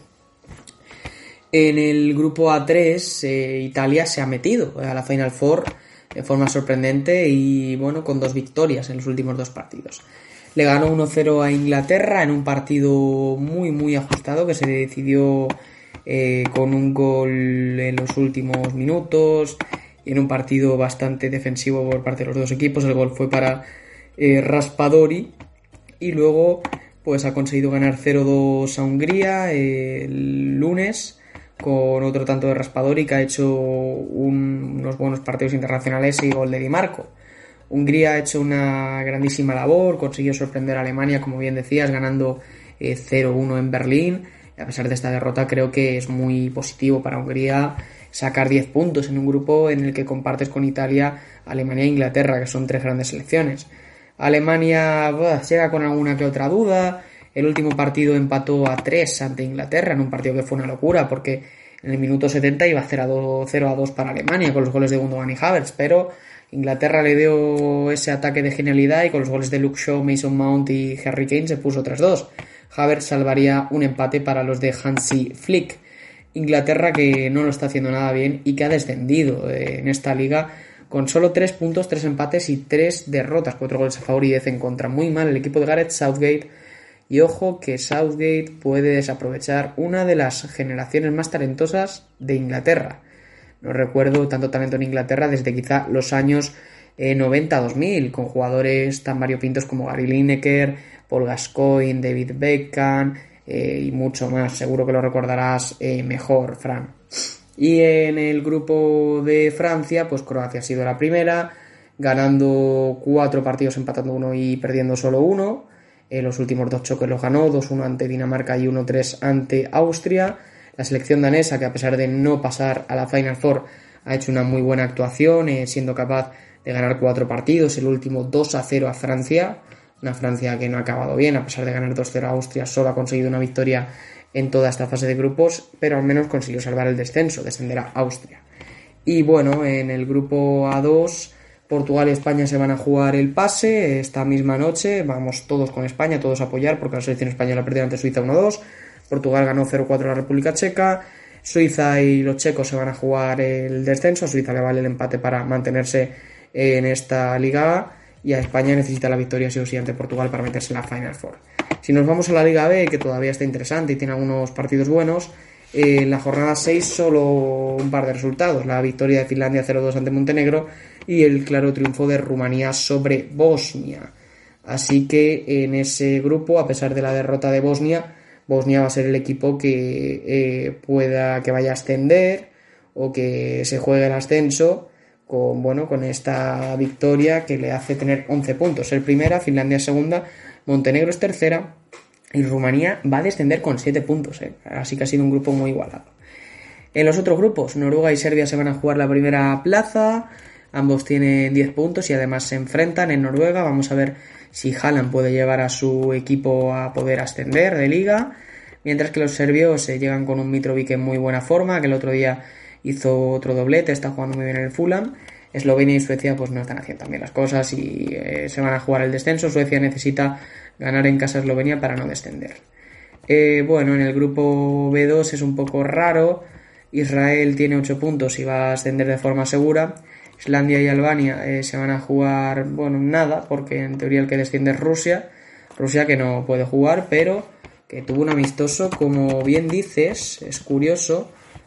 En el grupo A tres, eh, Italia se ha metido a la Final Four de forma sorprendente y bueno, con dos victorias en los últimos dos partidos. Le ganó uno cero a Inglaterra en un partido muy muy ajustado que se decidió eh, con un gol en los últimos minutos y en un partido bastante defensivo por parte de los dos equipos. El gol fue para eh, Raspadori y luego pues ha conseguido ganar cero dos a Hungría eh, el lunes con otro tanto de Raspadori, que ha hecho un, unos buenos partidos internacionales y gol de Di Marco. Hungría ha hecho una grandísima labor, consiguió sorprender a Alemania, como bien decías, ganando eh, cero uno en Berlín. A pesar de esta derrota, creo que es muy positivo para Hungría sacar diez puntos en un grupo en el que compartes con Italia, Alemania e Inglaterra, que son tres grandes selecciones. Alemania buah, llega con alguna que otra duda. El último partido empató a tres ante Inglaterra, en un partido que fue una locura, porque en el minuto setenta iba cero a dos para Alemania, con los goles de Gundogan y Havertz, pero Inglaterra le dio ese ataque de genialidad y con los goles de Luke Shaw, Mason Mount y Harry Kane se puso tres dos. Havertz salvaría un empate para los de Hansi Flick. Inglaterra, que no lo está haciendo nada bien y que ha descendido en esta liga con solo tres puntos, tres empates y tres derrotas, cuatro goles a favor y diez en contra. Muy mal el equipo de Gareth Southgate. Y ojo que Southgate puede desaprovechar una de las generaciones más talentosas de Inglaterra. No recuerdo tanto talento en Inglaterra desde quizá los años eh, noventa a dos mil, con jugadores tan variopintos como Gary Lineker, Paul Gascoigne, David Beckham, eh, y mucho más. Seguro que lo recordarás eh, mejor, Fran. Y en el grupo de Francia, pues Croacia ha sido la primera, ganando cuatro partidos, empatando uno y perdiendo solo uno. Eh, los últimos dos choques los ganó, dos uno ante Dinamarca y uno tres ante Austria. La selección danesa, que a pesar de no pasar a la Final Four, ha hecho una muy buena actuación, eh, siendo capaz de ganar cuatro partidos, el último dos a cero a Francia, una Francia que no ha acabado bien, a pesar de ganar dos cero a Austria, solo ha conseguido una victoria en toda esta fase de grupos, pero al menos consiguió salvar el descenso, descender a Austria. Y bueno, en el grupo A dos, Portugal y España se van a jugar el pase esta misma noche. Vamos todos con España, todos a apoyar, porque la selección española perdió ante Suiza uno dos. Portugal ganó cero cuatro a la República Checa. Suiza y los checos se van a jugar el descenso. A Suiza le vale el empate para mantenerse en esta Liga A. Y a España necesita la victoria sí o sí ante Portugal para meterse en la Final Four. Si nos vamos a la Liga B, que todavía está interesante y tiene algunos partidos buenos, eh, en la jornada seis solo un par de resultados. La victoria de Finlandia cero dos ante Montenegro y el claro triunfo de Rumanía sobre Bosnia. Así que en ese grupo, a pesar de la derrota de Bosnia, Bosnia va a ser el equipo que eh, pueda que vaya a ascender o que se juegue el ascenso con, bueno, con esta victoria que le hace tener once puntos. El primera, Finlandia es segunda, Montenegro es tercera y Rumanía va a descender con siete puntos. ¿eh? Así que ha sido un grupo muy igualado. En los otros grupos, Noruega y Serbia se van a jugar la primera plaza. Ambos tienen diez puntos y además se enfrentan en Noruega. Vamos a ver si Haaland puede llevar a su equipo a poder ascender de liga. Mientras que los serbios se llegan con un Mitrovic en muy buena forma, que el otro día hizo otro doblete, está jugando muy bien en el Fulham. Eslovenia y Suecia pues no están haciendo tan bien las cosas y eh, se van a jugar el descenso. Suecia necesita ganar en casa a Eslovenia para no descender. Eh, bueno, en el grupo B dos es un poco raro. Israel tiene ocho puntos y va a ascender de forma segura. Islandia y Albania eh, se van a jugar, bueno, nada, porque en teoría el que desciende es Rusia. Rusia que no puede jugar, pero que tuvo un amistoso, como bien dices, es curioso,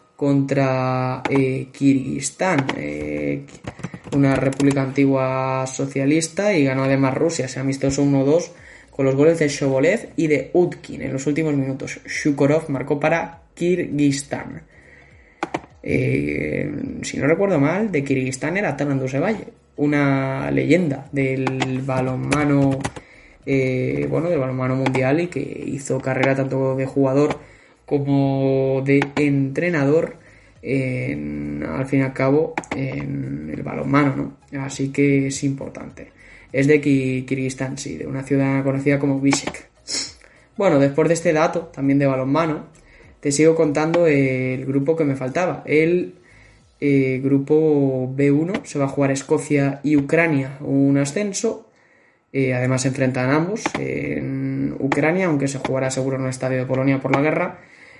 contra eh, Kirguistán, eh, una república antigua socialista, y ganó además Rusia. Se amistoso uno dos con los goles de Shobolev y de Utkin en los últimos minutos. Shukorov marcó para Kirguistán. Eh, si no recuerdo mal, de Kirguistán era Taran Dusevalle, una leyenda del balonmano, eh, bueno, del balonmano mundial, y que hizo carrera tanto de jugador como de entrenador, en, al fin y al cabo, en el balonmano, ¿no? Así que es importante. Es de Kirguistán, sí, de una ciudad conocida como Bishkek. Bueno, después de este dato, también de balonmano, te sigo contando el grupo que me faltaba. El eh, grupo B uno se va a jugar Escocia y Ucrania un ascenso. Eh, además se enfrentan ambos en Ucrania, aunque se jugará seguro en un estadio de Polonia por la guerra.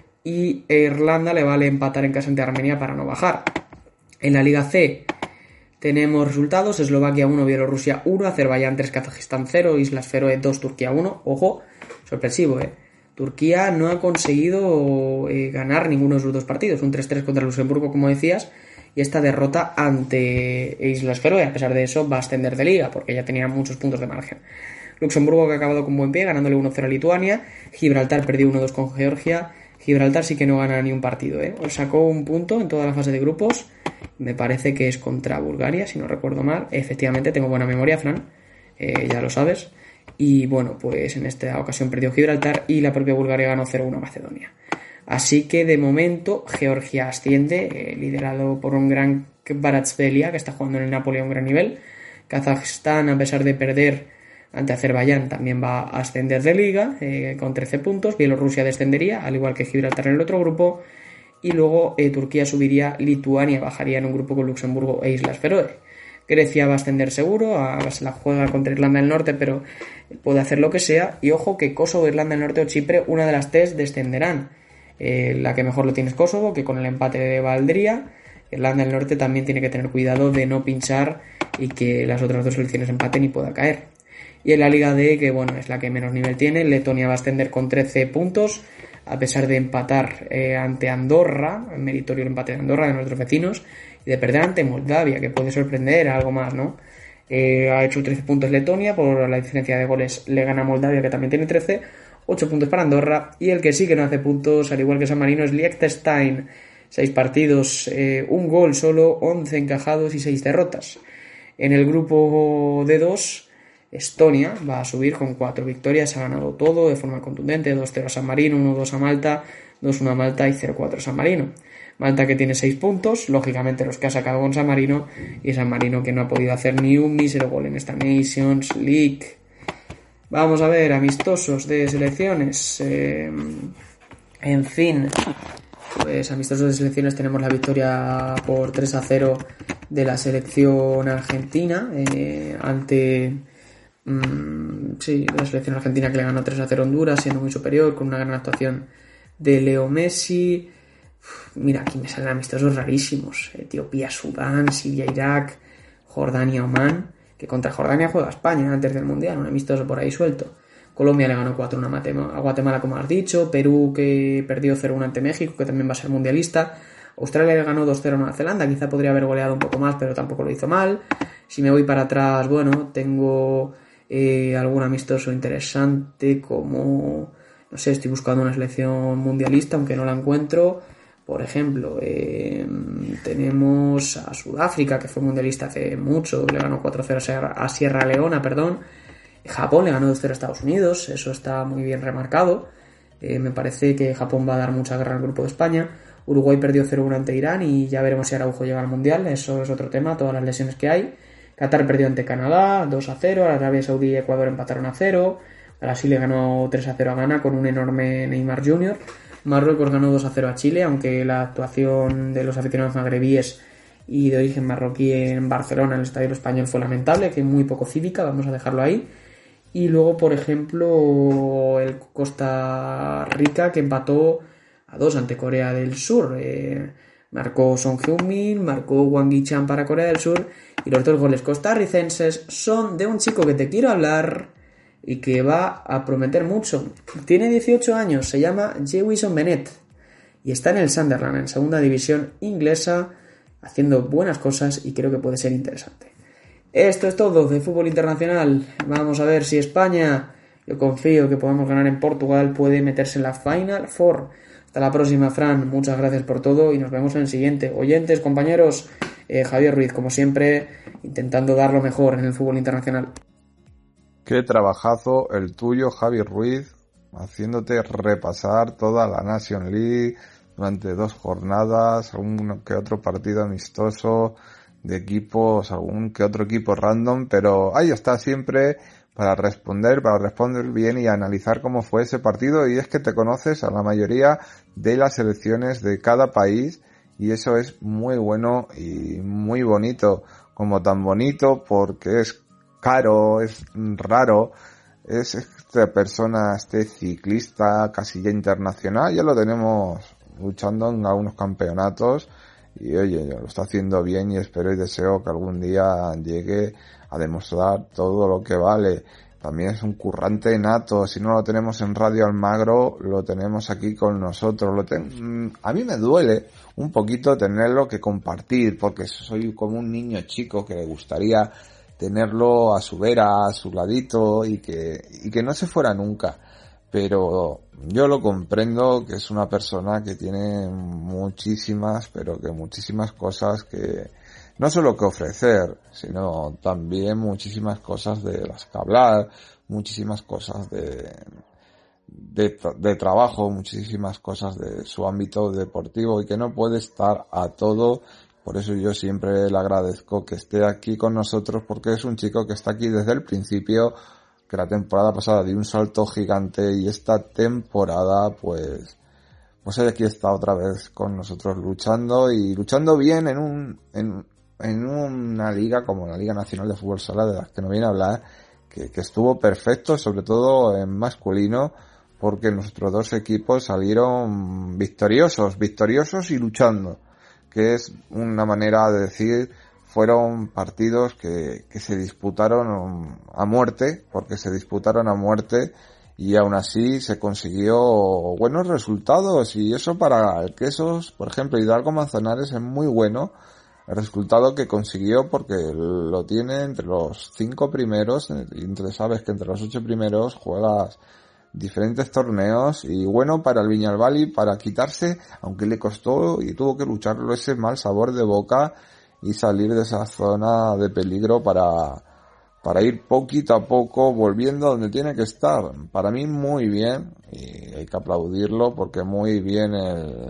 Y Irlanda le vale empatar en casa ante Armenia para no bajar. En la Liga C tenemos resultados: Eslovaquia uno, Bielorrusia uno, Azerbaiyán tres, Kazajistán cero, Islas Feroe dos, Turquía uno. Ojo, sorpresivo, ¿eh? Turquía no ha conseguido eh, ganar ninguno de sus dos partidos. Un tres tres contra Luxemburgo, como decías, y esta derrota ante Islas Feroe. A pesar de eso, va a ascender de liga, porque ya tenía muchos puntos de margen. Luxemburgo, que ha acabado con buen pie, ganándole uno cero a Lituania. Gibraltar perdió uno dos con Georgia. Gibraltar sí que no gana ni un partido, ¿eh? Sacó un punto en toda la fase de grupos. Me parece que es contra Bulgaria, si no recuerdo mal. Efectivamente, tengo buena memoria, Fran. Eh, ya lo sabes. Y bueno, pues en esta ocasión perdió Gibraltar y la propia Bulgaria ganó cero uno a Macedonia. Así que de momento Georgia asciende, eh, liderado por un gran Kvaratskhelia, que está jugando en el Napoli a un gran nivel. Kazajistán, a pesar de perder ante Azerbaiyán, también va a ascender de liga eh, con trece puntos. Bielorrusia descendería, al igual que Gibraltar en el otro grupo. Y luego eh, Turquía subiría, Lituania bajaría en un grupo con Luxemburgo e Islas Feroe. Grecia va a ascender seguro, a, se la juega contra Irlanda del Norte, pero puede hacer lo que sea. Y ojo que Kosovo, Irlanda del Norte o Chipre, una de las tres descenderán. Eh, la que mejor lo tiene es Kosovo, que con el empate valdría. Irlanda del Norte también tiene que tener cuidado de no pinchar y que las otras dos selecciones empaten y pueda caer. Y en la Liga D, que bueno, es la que menos nivel tiene, Letonia va a ascender con trece puntos, a pesar de empatar eh, ante Andorra, meritorio el empate de Andorra, de nuestros vecinos, y de perder ante Moldavia, que puede sorprender, algo más, ¿no? Eh, ha hecho trece puntos Letonia, por la diferencia de goles le gana Moldavia, que también tiene trece. ocho puntos para Andorra, y el que sí que no hace puntos, al igual que San Marino, es Liechtenstein, seis partidos, eh, un gol solo, once encajados y seis derrotas. En el grupo D dos, Estonia va a subir con cuatro victorias, ha ganado todo de forma contundente, dos cero a San Marino, uno dos a Malta, dos uno a Malta y cero cuatro a San Marino. Malta que tiene seis puntos, lógicamente los que ha sacado con San Marino, y San Marino que no ha podido hacer ni un mísero gol en esta Nations League. Vamos a ver, amistosos de selecciones. Eh, en fin, pues amistosos de selecciones tenemos la victoria por tres a cero de la selección argentina eh, ante... Mm, sí, la selección argentina que le ganó tres a cero a Honduras, siendo muy superior, con una gran actuación de Leo Messi. Uf, mira, aquí me salen amistosos rarísimos. Etiopía, Sudán, Siria, Irak, Jordania, Omán, que contra Jordania juega España antes del Mundial, un amistoso por ahí suelto. Colombia le ganó cuatro uno a Guatemala, como has dicho. Perú que perdió cero uno ante México, que también va a ser mundialista. Australia le ganó dos cero a Nueva Zelanda, quizá podría haber goleado un poco más, pero tampoco lo hizo mal. Si me voy para atrás, bueno, tengo eh, algún amistoso interesante, como, no sé, estoy buscando una selección mundialista, aunque no la encuentro. Por ejemplo, eh, tenemos a Sudáfrica, que fue mundialista hace mucho, le ganó cuatro cero a Sierra Leona, perdón. Japón le ganó dos cero a Estados Unidos, eso está muy bien remarcado. Eh, me parece que Japón va a dar mucha guerra al grupo de España. Uruguay perdió cero uno ante Irán y ya veremos si Araujo llega al Mundial, eso es otro tema, todas las lesiones que hay. Qatar perdió ante Canadá dos a cero, Arabia Saudí y Ecuador empataron a cero, Brasil le ganó tres a cero a Ghana con un enorme Neymar junior, Marruecos ganó dos a cero a Chile, aunque la actuación de los aficionados magrebíes y de origen marroquí en Barcelona, en el Estadio Español, fue lamentable, que muy poco cívica, vamos a dejarlo ahí. Y luego, por ejemplo, el Costa Rica, que empató a dos ante Corea del Sur. Eh, marcó Son Heung-min, marcó Wang Yi-chan para Corea del Sur, y los dos goles costarricenses son de un chico que te quiero hablar y que va a prometer mucho. Tiene dieciocho años, se llama Jewison Bennett y está en el Sunderland, en segunda división inglesa, haciendo buenas cosas y creo que puede ser interesante. Esto es todo de fútbol internacional. Vamos a ver si España, yo confío que podamos ganar en Portugal, puede meterse en la Final Four. Hasta la próxima, Fran. Muchas gracias por todo y nos vemos en el siguiente. Oyentes, compañeros, eh, Javier Ruiz, como siempre, intentando dar lo mejor en el fútbol internacional. Qué trabajazo el tuyo, Javi Ruiz, haciéndote repasar toda la Nation League durante dos jornadas, algún que otro partido amistoso de equipos, algún que otro equipo random, pero ahí está siempre para responder, para responder bien y analizar cómo fue ese partido, y es que te conoces a la mayoría de las selecciones de cada país y eso es muy bueno y muy bonito, como tan bonito porque es caro, es raro, es esta persona, este ciclista casi ya internacional, ya lo tenemos luchando en algunos campeonatos y oye, lo está haciendo bien y espero y deseo que algún día llegue a demostrar todo lo que vale. También es un currante nato, si no lo tenemos en Radio Almagro, lo tenemos aquí con nosotros. Lo ten... A mí me duele un poquito tenerlo que compartir, porque soy como un niño chico que le gustaría tenerlo a su vera, a su ladito y que, y que no se fuera nunca. Pero yo lo comprendo, que es una persona que tiene muchísimas, pero que muchísimas cosas que, no solo que ofrecer, sino también muchísimas cosas de las que hablar, muchísimas cosas de, de, de trabajo, muchísimas cosas de su ámbito deportivo y que no puede estar a todo. Por eso yo siempre le agradezco que esté aquí con nosotros, porque es un chico que está aquí desde el principio, que la temporada pasada dio un salto gigante y esta temporada pues pues aquí está otra vez con nosotros luchando y luchando bien en un en, en una liga como la Liga Nacional de Fútbol Sala, de las que nos viene a hablar, que, que estuvo perfecto, sobre todo en masculino, porque nuestros dos equipos salieron victoriosos, victoriosos y luchando, que es una manera de decir. Fueron partidos que, que se disputaron a muerte, porque se disputaron a muerte y aún así se consiguió buenos resultados, y eso para el Quesos, por ejemplo, Hidalgo Manzanares es muy bueno el resultado que consiguió, porque lo tiene entre los cinco primeros, y entonces sabes que entre los ocho primeros juegas diferentes torneos, y bueno para el Viñalbali para quitarse, aunque le costó y tuvo que lucharlo, ese mal sabor de boca y salir de esa zona de peligro para para ir poquito a poco volviendo a donde tiene que estar. Para mí muy bien, y hay que aplaudirlo porque muy bien el,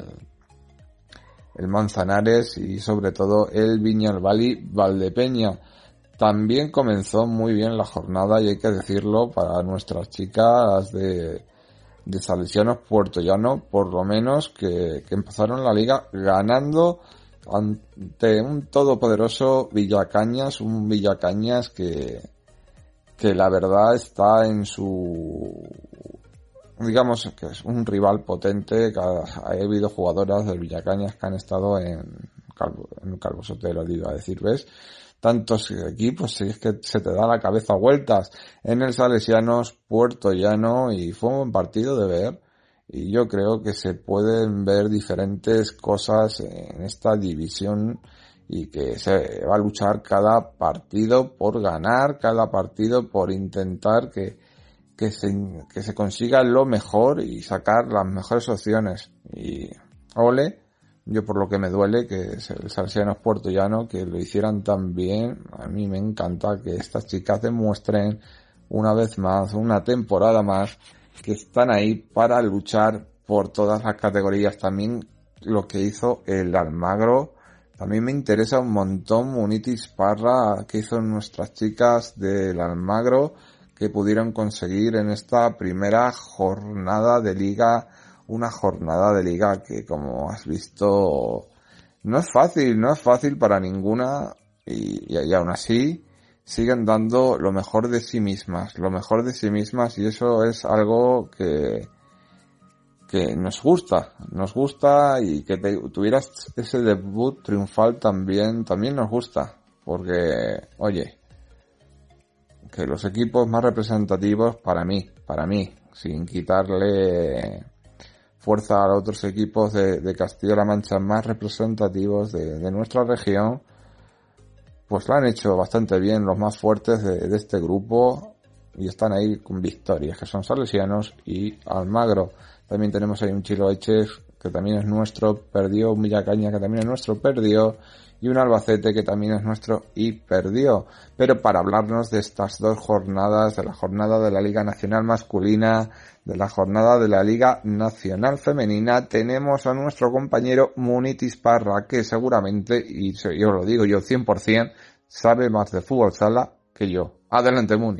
el Manzanares y sobre todo el Viñalbali Valdepeña. También comenzó muy bien la jornada, y hay que decirlo, para nuestras chicas de, de Salesianos Puertollano, por lo menos, que, que empezaron la liga ganando ante un todopoderoso Villacañas, un Villacañas que, que la verdad está en su, digamos que es un rival potente. Ha habido jugadoras del Villacañas que han estado en Calvo, en Calvo Sotelo, iba a decir, ¿ves? Tantos equipos, si es que se te da la cabeza vueltas. En el Salesianos Puertollano, y fue un buen partido de ver. Y yo creo que se pueden ver diferentes cosas en esta división, y que se va a luchar cada partido por ganar, cada partido por intentar que, que se, que se consiga lo mejor y sacar las mejores opciones. Y ole, yo por lo que me duele que es el Salesianos Puertollano, que lo hicieran tan bien. A mí me encanta que estas chicas demuestren una vez más, una temporada más, que están ahí para luchar por todas las categorías. También lo que hizo el Almagro, también me interesa un montón. Munitis Parra, que hizo nuestras chicas del Almagro, que pudieron conseguir en esta primera jornada de liga, una jornada de liga que, como has visto, no es fácil, no es fácil para ninguna, y, y, y aún así siguen dando lo mejor de sí mismas, lo mejor de sí mismas, y eso es algo que, que nos gusta, nos gusta, y que te, tuvieras ese debut triunfal también, también nos gusta, porque, oye, que los equipos más representativos para mí, para mí, sin quitarle fuerza a otros equipos de, de Castilla-La Mancha más representativos de, de nuestra región, pues lo han hecho bastante bien, los más fuertes de, de este grupo, y están ahí con victorias, que son Salesianos y Almagro. También tenemos ahí un Chiloeches, que también es nuestro, perdió, un Villacaña, que también es nuestro, perdió, y un Albacete, que también es nuestro y perdió. Pero para hablarnos de estas dos jornadas, de la jornada de la Liga Nacional Masculina, de la jornada de la Liga Nacional Femenina, tenemos a nuestro compañero Munitis Parra, que seguramente, y yo lo digo yo cien por ciento, sabe más de fútbol sala que yo. Adelante, Muni.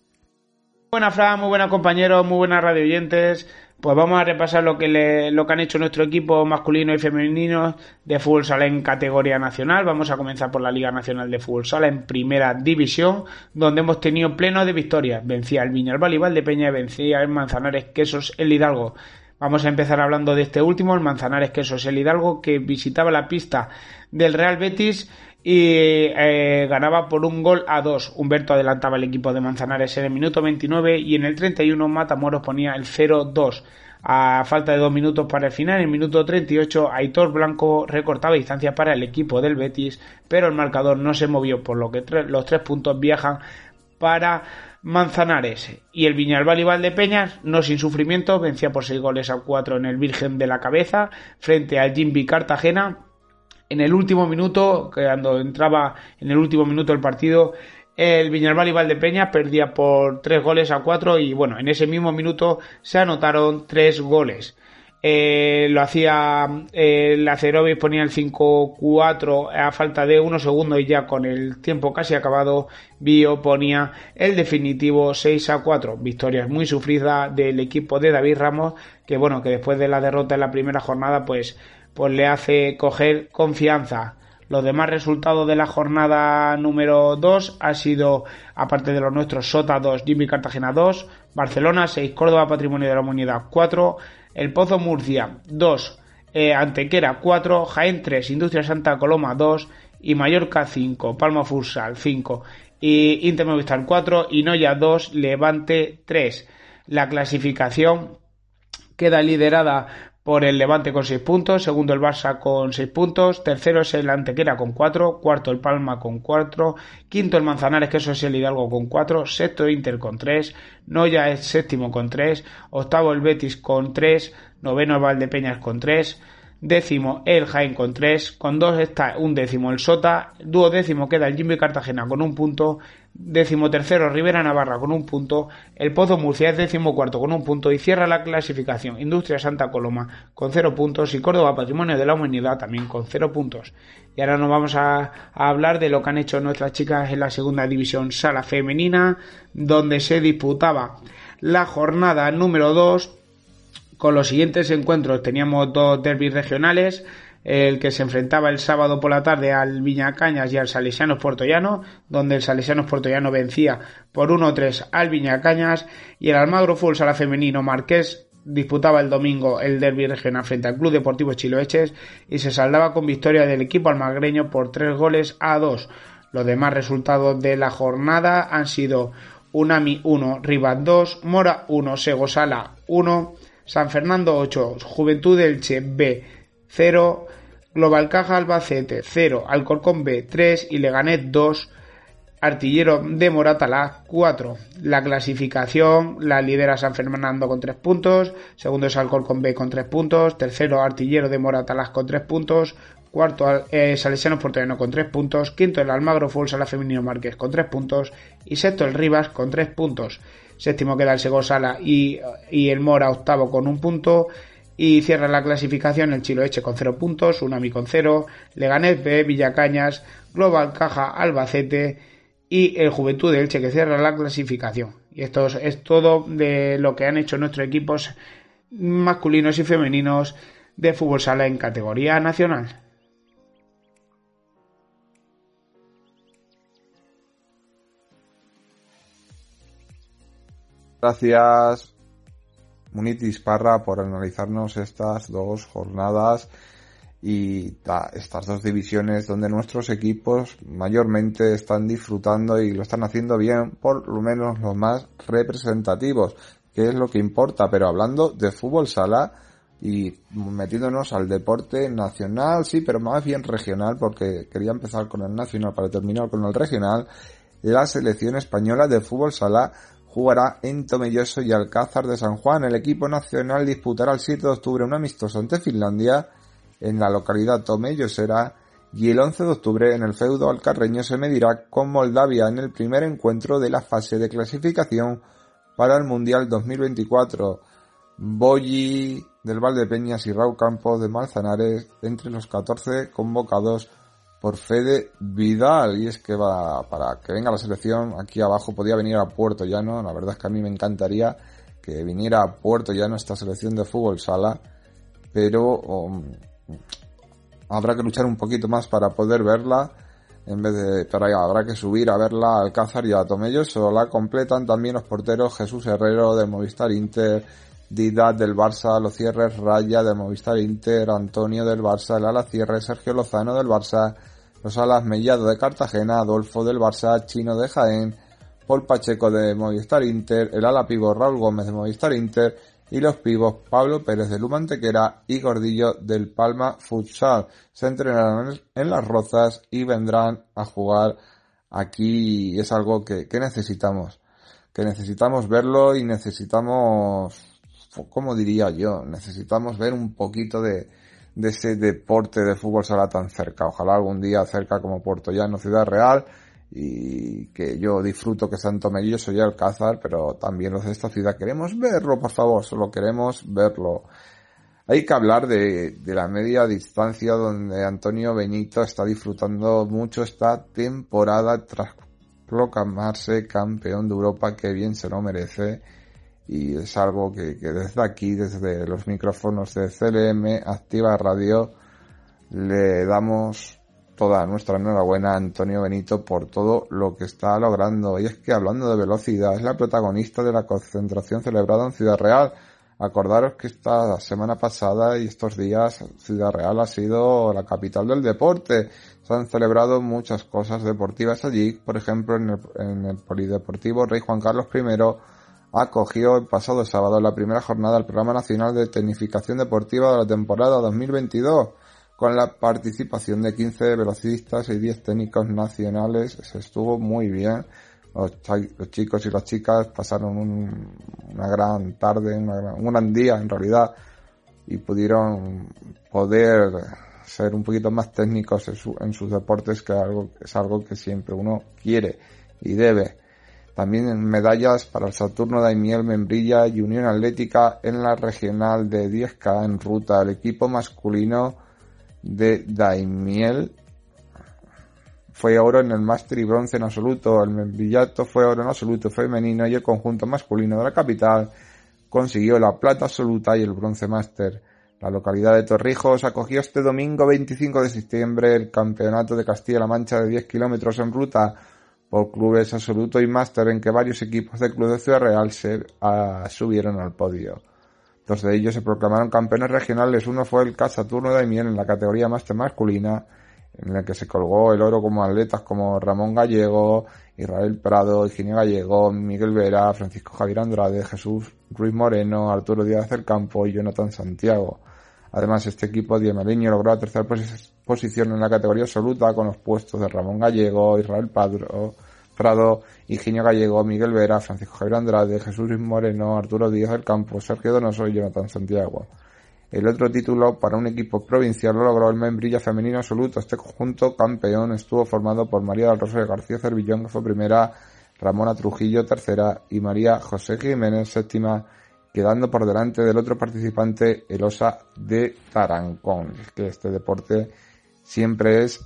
Buena Fran, muy buenas compañeros, muy buenas radio oyentes. Pues vamos a repasar lo que le, lo que han hecho nuestro equipo masculino y femenino de fútbol sala en categoría nacional. Vamos a comenzar por la Liga Nacional de Fútbol Sala en primera división, donde hemos tenido pleno de victorias. Vencía el Viñalbali Valdepeña y vencía el Manzanares Quesos el Hidalgo. Vamos a empezar hablando de este último, el Manzanares Quesos el Hidalgo, que visitaba la pista del Real Betis y eh, ganaba por un gol a dos. Humberto adelantaba el equipo de Manzanares en el minuto veintinueve, y en el treinta y uno Matamoros ponía el cero dos. A falta de dos minutos para el final, en el minuto treinta y ocho Aitor Blanco recortaba distancia para el equipo del Betis, pero el marcador no se movió, por lo que tre- los tres puntos viajan para Manzanares. Y el Viñalbali Valdepeñas, no sin sufrimiento, vencía por seis goles a cuatro en el Virgen de la Cabeza frente al Jimby Cartagena. En el último minuto, cuando entraba en el último minuto del partido, el Viñalbali Valdepeñas perdía por tres goles a cuatro, y bueno, en ese mismo minuto se anotaron tres goles. Eh, lo hacía eh, la Cerovis, ponía el cinco cuatro a falta de unos segundos, y ya con el tiempo casi acabado, Bio ponía el definitivo seis a cuatro. Victoria muy sufrida del equipo de David Ramos, que bueno, que después de la derrota en la primera jornada, pues pues le hace coger confianza. Los demás resultados de la jornada número dos ha sido, aparte de los nuestros, Sota dos, Jimmy Cartagena dos, Barcelona seis, Córdoba Patrimonio de la Humanidad cuatro, El Pozo Murcia dos, eh, Antequera cuatro, Jaén tres, Industria Santa Coloma dos, y Mallorca cinco, Palma Futsal cinco, y Inter Movistar cuatro, y Noya dos, Levante tres. La clasificación queda liderada por el Levante con seis puntos, segundo el Barça con seis puntos, tercero es el Antequera con cuatro, cuarto el Palma con cuatro, quinto el Manzanares, que eso es el Hidalgo con cuatro, sexto Inter con tres, Noya es séptimo con tres, octavo el Betis con tres, noveno el Valdepeñas con tres, décimo el Jaén con tres, con dos está un décimo el Sota, duodécimo queda el Jimmy Cartagena con un punto, décimo tercero Rivera Navarra con un punto, el Pozo Murcia es décimo cuarto con un punto y cierra la clasificación Industria Santa Coloma con cero puntos y Córdoba Patrimonio de la Humanidad también con cero puntos. Y ahora nos vamos a, a hablar de lo que han hecho nuestras chicas en la segunda división sala femenina, donde se disputaba la jornada número dos con los siguientes encuentros. Teníamos dos derbis regionales, el que se enfrentaba el sábado por la tarde al Viñacañas y al Salesianos Puertollano, donde el Salesianos Puertollano vencía por uno tres al Viñacañas, y el Almagro Fútbol Sala Femenino Marqués disputaba el domingo el derbi regional frente al Club Deportivo Chiloeches y se saldaba con victoria del equipo almagreño por tres goles a dos. Los demás resultados de la jornada han sido Unami uno, Rivas dos, Mora uno, Segosala uno, San Fernando ocho, Juventud Elche B cero, Global Caja Albacete cero, Alcorcón B tres y Leganés dos, Artillero de Moratalá cuatro. La clasificación la lidera San Fernando con tres puntos, segundo es Alcorcón B con tres puntos, tercero Artillero de Moratalá con tres puntos, cuarto eh, Salesianos Puertollano con tres puntos, quinto el Almagro Fútbol Sala Femenino Márquez con tres puntos y sexto el Rivas con tres puntos. Séptimo queda el Segosala y, y el Mora octavo con un punto. Y cierra la clasificación el Chiloeche con cero puntos, Unami con cero, Leganés B, Villacañas, Global Caja Albacete y el Juventud de Elche, que cierra la clasificación. Y esto es, es todo de lo que han hecho nuestros equipos masculinos y femeninos de fútbol sala en categoría nacional. Gracias, Munitis Parra, por analizarnos estas dos jornadas y ta, estas dos divisiones donde nuestros equipos mayormente están disfrutando y lo están haciendo bien, por lo menos los más representativos, que es lo que importa. Pero hablando de fútbol sala y metiéndonos al deporte nacional, sí, pero más bien regional, porque quería empezar con el nacional para terminar con el regional, la selección española de fútbol sala jugará en Tomelloso y Alcázar de San Juan. El equipo nacional disputará el siete de octubre un amistoso ante Finlandia en la localidad tomellosera y el once de octubre en el feudo alcarreño se medirá con Moldavia en el primer encuentro de la fase de clasificación para el Mundial dos mil veinticuatro. Boyi del Valdepeñas y Raúl Campos de Manzanares entre los catorce convocados por Fede Vidal. Y es que va, para que venga la selección, aquí abajo podía venir a Puertollano. La verdad es que a mí me encantaría que viniera a Puertollano esta selección de fútbol sala, pero um, habrá que luchar un poquito más para poder verla. En vez de, para allá, habrá que subir a verla a Alcázar y a Tomelloso. La completan también los porteros Jesús Herrero del Movistar Inter, Didac del Barça, Los Cierres Raya del Movistar Inter, Antonio del Barça, el ala cierre Sergio Lozano del Barça, los alas Mellado de Cartagena, Adolfo del Barça, Chino de Jaén, Paul Pacheco de Movistar Inter, el ala pivo Raúl Gómez de Movistar Inter y los pivos Pablo Pérez de Luma Antequera y Gordillo del Palma Futsal. Se entrenarán en Las Rozas y vendrán a jugar aquí. Es algo que, que necesitamos, que necesitamos verlo y necesitamos, ¿cómo diría yo? Necesitamos ver un poquito de, de ese deporte de fútbol sala tan cerca. Ojalá algún día cerca como Puertollano, Ciudad Real, y que yo disfruto que San Tomelloso y Alcázar, pero también los de esta ciudad queremos verlo, por favor, solo queremos verlo. Hay que hablar de, de la media distancia, donde Antonio Benito está disfrutando mucho esta temporada tras proclamarse campeón de Europa, que bien se lo merece. Y es algo que, que desde aquí, desde los micrófonos de C L M Activa Radio, le damos toda nuestra enhorabuena a Antonio Benito por todo lo que está logrando. Y es que, hablando de velocidad, es la protagonista de la concentración celebrada en Ciudad Real. Acordaros que esta semana pasada y estos días Ciudad Real ha sido la capital del deporte. Se han celebrado muchas cosas deportivas allí. Por ejemplo, en el, en el Polideportivo Rey Juan Carlos primero acogió el pasado sábado la primera jornada del Programa Nacional de Tecnificación Deportiva de la temporada dos mil veintidós, con la participación de quince velocistas y diez técnicos nacionales. Se estuvo muy bien. Los, los chicos y las chicas pasaron un, una gran tarde, una gran, un gran día en realidad, y pudieron poder ser un poquito más técnicos en, su, en sus deportes, que algo, es algo que siempre uno quiere y debe. También en medallas para el Saturno Daimiel Membrilla y Unión Atlética en la regional de diez K en ruta. El equipo masculino de Daimiel fue oro en el máster y bronce en absoluto. El membrillato fue oro en absoluto femenino, y el conjunto masculino de la capital consiguió la plata absoluta y el bronce máster. La localidad de Torrijos acogió este domingo veinticinco de septiembre el campeonato de Castilla-La Mancha de diez kilómetros en ruta por clubes absoluto y máster, en que varios equipos del Club de Ciudad Real se uh, subieron al podio. Dos de ellos se proclamaron campeones regionales. Uno fue el C A S Saturno Daimiel en la categoría máster masculina, en el que se colgó el oro como atletas como Ramón Gallego, Israel Prado, Higinio Gallego, Miguel Vera, Francisco Javier Andrade, Jesús Ruiz Moreno, Arturo Díaz del Campo y Jonathan Santiago. Además, este equipo diemeleño logró la tercera pos- posición en la categoría absoluta, con los puestos de Ramón Gallego, Israel Prado, Prado, Higinio Gallego, Miguel Vera, Francisco Javier Andrade, Jesús Luis Moreno, Arturo Díaz del Campo, Sergio Donoso y Jonathan Santiago. El otro título para un equipo provincial lo logró el Membrilla femenino absoluto. Este conjunto campeón estuvo formado por María del Rosario García Cervillón, que fue primera, Ramona Trujillo tercera y María José Jiménez séptima, quedando por delante del otro participante, el Osa de Tarancón. Es que este deporte siempre es,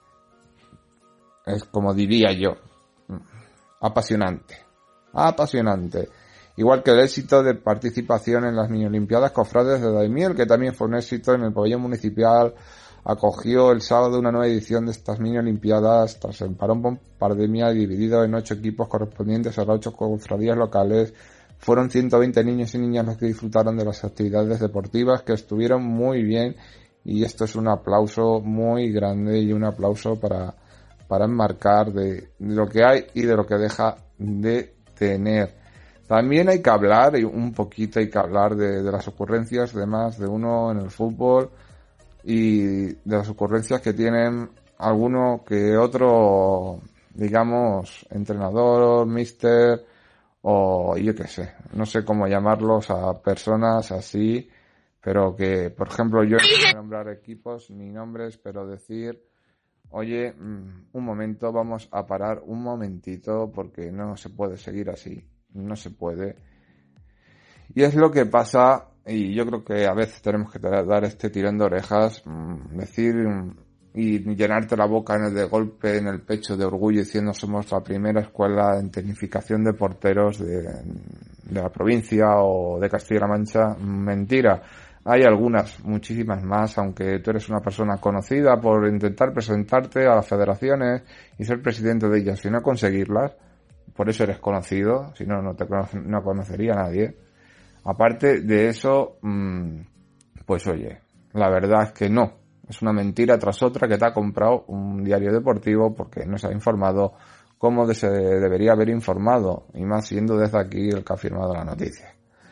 es como diría yo, apasionante, apasionante. Igual que el éxito de participación en las mini olimpiadas Cofrades de Daimiel, que también fue un éxito en el pabellón municipal, acogió el sábado una nueva edición de estas mini olimpiadas tras el parón por pandemia, dividido en ocho equipos correspondientes a las ocho cofradías locales. Fueron ciento veinte niños y niñas los que disfrutaron de las actividades deportivas, que estuvieron muy bien, y esto es un aplauso muy grande y un aplauso para, para enmarcar de, de lo que hay y de lo que deja de tener. También hay que hablar, y un poquito hay que hablar de, de las ocurrencias de más de uno en el fútbol, y de las ocurrencias que tienen alguno que otro, digamos, entrenador, míster, o yo qué sé, no sé cómo llamarlos a personas así, pero que, por ejemplo, yo no voy a nombrar equipos ni nombres, pero decir, oye, un momento, vamos a parar un momentito, porque no se puede seguir así, no se puede. Y es lo que pasa, y yo creo que a veces tenemos que dar este tirón de orejas, decir y llenarte la boca en el de golpe en el pecho de orgullo diciendo somos la primera escuela en tecnificación de porteros de, de la provincia o de Castilla-La Mancha. Mentira. Hay algunas, muchísimas más, aunque tú eres una persona conocida por intentar presentarte a las federaciones y ser presidente de ellas y no conseguirlas. Por eso eres conocido, si no, no te conoce, no conocería a nadie. Aparte de eso, pues oye, la verdad es que no. Es una mentira tras otra que te ha comprado un diario deportivo porque no se ha informado como se debería haber informado, y más siendo desde aquí el que ha firmado la noticia.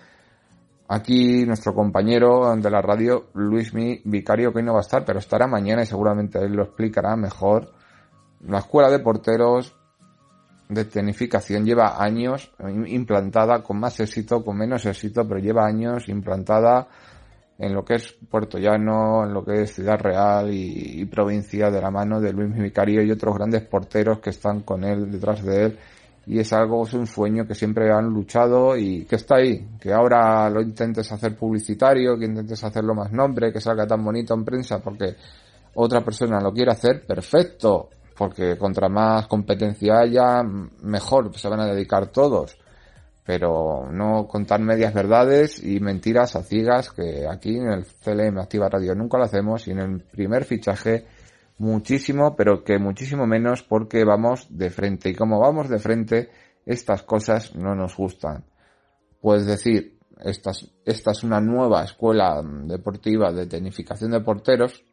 Aquí nuestro compañero de la radio, Luismi Vicario, que hoy no va a estar, pero estará mañana y seguramente él lo explicará mejor. La escuela de porteros de tecnificación lleva años implantada, con más éxito, con menos éxito, pero lleva años implantada en lo que es Puerto Llano, en lo que es Ciudad Real y, y provincia, de la mano de Luis Vicario y otros grandes porteros que están con él, detrás de él, y es algo, es un sueño que siempre han luchado y que está ahí, que ahora lo intentes hacer publicitario, que intentes hacerlo más nombre, que salga tan bonito en prensa porque otra persona lo quiere hacer, perfecto, porque contra más competencia haya, mejor se van a dedicar todos. Pero no contar medias verdades y mentiras a ciegas, que aquí en el C L M Activa Radio nunca lo hacemos, y en el primer fichaje muchísimo, pero que muchísimo menos, porque vamos de frente, y como vamos de frente, estas cosas no nos gustan. Puedes decir, esta es, esta es una nueva escuela deportiva de tecnificación de porteros,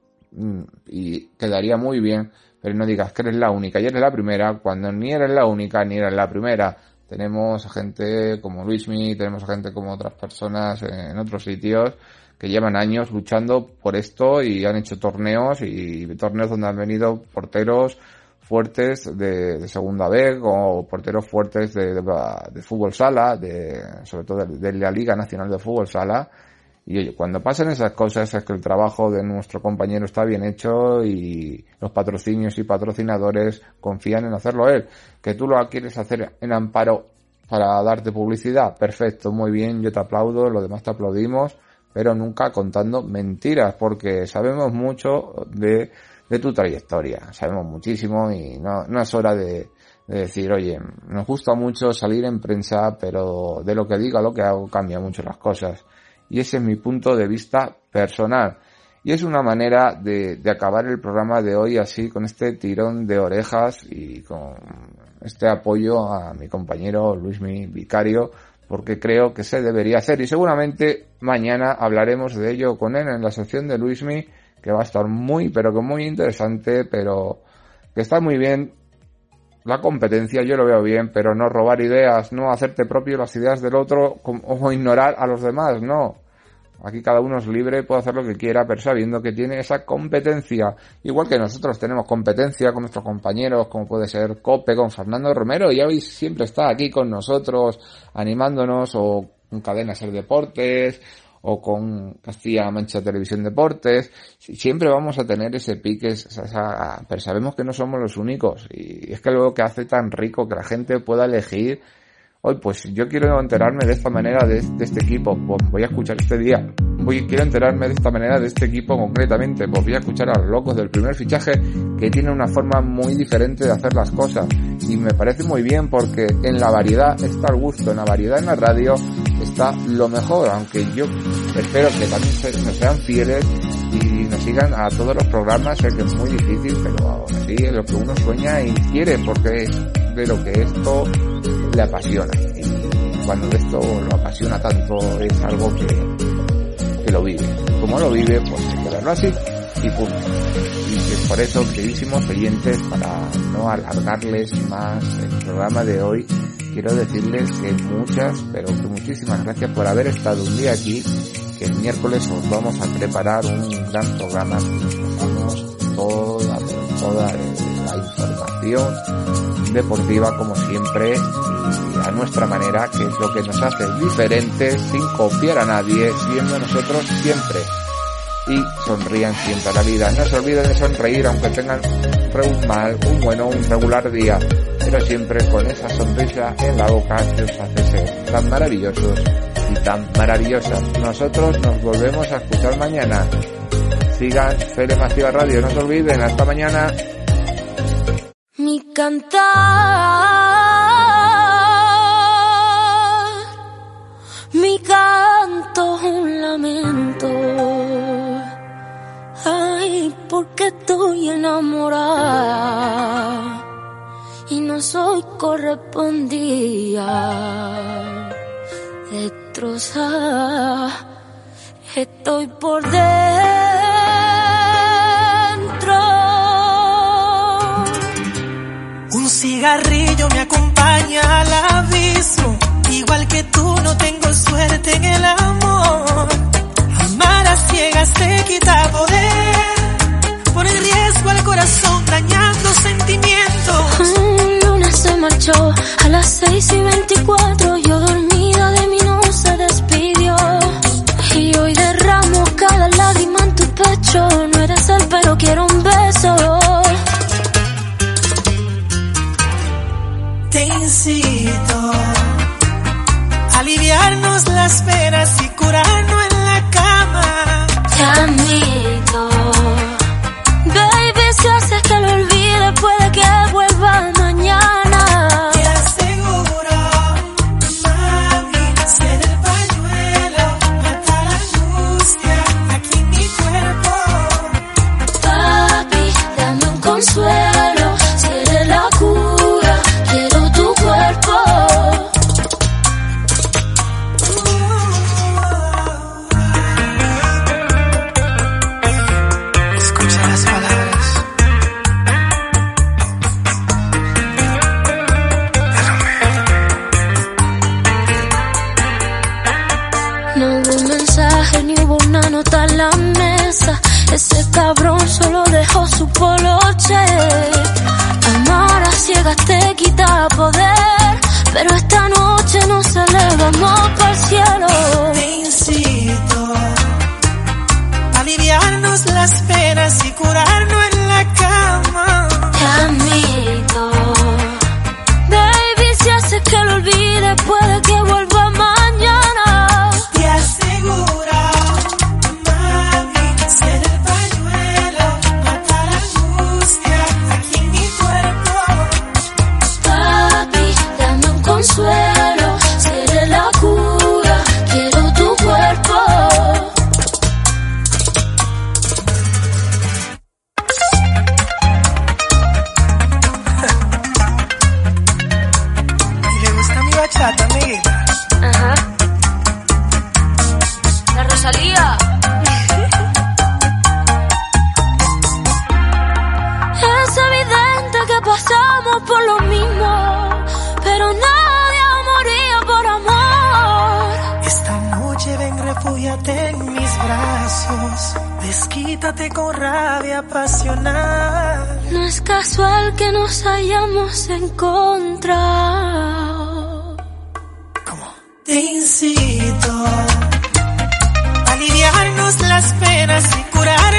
y quedaría muy bien, pero no digas que eres la única y eres la primera, cuando ni eres la única ni eres la primera. Tenemos a gente como Luismi, tenemos a gente como otras personas en otros sitios que llevan años luchando por esto y han hecho torneos y torneos donde han venido porteros fuertes de, de segunda B o porteros fuertes de, de, de fútbol sala, de, sobre todo de, de la Liga Nacional de Fútbol Sala. Y oye, cuando pasan esas cosas es que el trabajo de nuestro compañero está bien hecho y los patrocinios y patrocinadores confían en hacerlo él. Que tú lo quieres hacer en amparo para darte publicidad, perfecto, muy bien, yo te aplaudo, los demás te aplaudimos, pero nunca contando mentiras, porque sabemos mucho de, de tu trayectoria, sabemos muchísimo y no, no es hora de, de decir, oye, nos gusta mucho salir en prensa, pero de lo que digo a lo que hago cambia mucho las cosas. Y ese es mi punto de vista personal. Y es una manera de, de acabar el programa de hoy así, con este tirón de orejas y con este apoyo a mi compañero Luismi Vicario, porque creo que se debería hacer. Y seguramente mañana hablaremos de ello con él en la sección de Luismi, que va a estar muy, pero que muy interesante, pero que está muy bien. La competencia yo lo veo bien, pero no robar ideas, no hacerte propio las ideas del otro o ignorar a los demás, no. Aquí cada uno es libre, puede hacer lo que quiera, pero sabiendo que tiene esa competencia. Igual que nosotros tenemos competencia con nuestros compañeros, como puede ser Cope, con Fernando Romero, y hoy siempre está aquí con nosotros, animándonos, o con Cadena Ser Deportes, o con Castilla Mancha Televisión Deportes. Siempre vamos a tener ese pique, esa, pero sabemos que no somos los únicos, y es que lo que hace tan rico que la gente pueda elegir. Hoy pues yo quiero enterarme de esta manera de, de este equipo, pues voy a escuchar este día. Voy, quiero enterarme de esta manera de este equipo concretamente, pues voy a escuchar a los locos del primer fichaje, que tienen una forma muy diferente de hacer las cosas. Y me parece muy bien, porque en la variedad está el gusto, en la variedad en la radio está lo mejor, aunque yo espero que también se, nos sean fieles y nos sigan a todos los programas. Sé que es muy difícil, pero aún así es lo que uno sueña y quiere, porque es de lo que esto le apasiona, y cuando esto lo apasiona tanto es algo que, que lo vive. Como lo vive, pues hay que verlo así y punto. Y es por eso, queridísimos oyentes, para no alargarles más el programa de hoy, quiero decirles que muchas, pero que muchísimas gracias por haber estado un día aquí, que el miércoles os vamos a preparar un gran programa que nos pasamos toda, toda la información deportiva como siempre y a nuestra manera, que es lo que nos hace diferentes, sin copiar a nadie, siendo nosotros siempre, y sonrían siempre a la vida. No se olviden de sonreír aunque tengan un mal, un bueno, un regular día, pero siempre con esa sonrisa en la boca que os hace ser tan maravillosos y tan maravillosas. Nosotros nos volvemos a escuchar mañana. Sigan C L M Activa Radio, no se olviden, hasta mañana. Mi cantar, mi canto es un lamento. Ay, porque estoy enamorada y no soy correspondida. Destrozada estoy por dentro. Un cigarrillo me acompaña al abismo, igual que tú no tengo suerte en el amor. Amar a ciegas te quita poder, pone en riesgo al corazón dañando sentimientos. Un lunes se marchó a las seis y veinticuatro, yo dormida de mí no se despidió. Y hoy derramo cada lágrima en tu pecho, no eres él pero quiero un beso. Te incito a aliviarnos las penas y curarnos en la cama. Te admito, baby, si haces que lo olvide puede que vuelva mañana. Te aseguro, las penas y curarnos en la cama. Te admito, baby, si haces que lo olvide, puede que vuelva mañana. Te aseguro, mami, ser el pañuelo, mata la angustia aquí en mi cuerpo. Papi, dame un consuelo, seré la cura, quiero tu cuerpo. ¿Y le gusta mi bachata, amiguita? Ajá. La Rosalía. Es evidente que pasamos por lo mismo, pero nadie moría por amor. Esta noche ven, refúgiate en mis brazos, desquítate con rabia pasional. No es casual que nos hayamos encontrado. Te incito a aliviarnos las penas y curar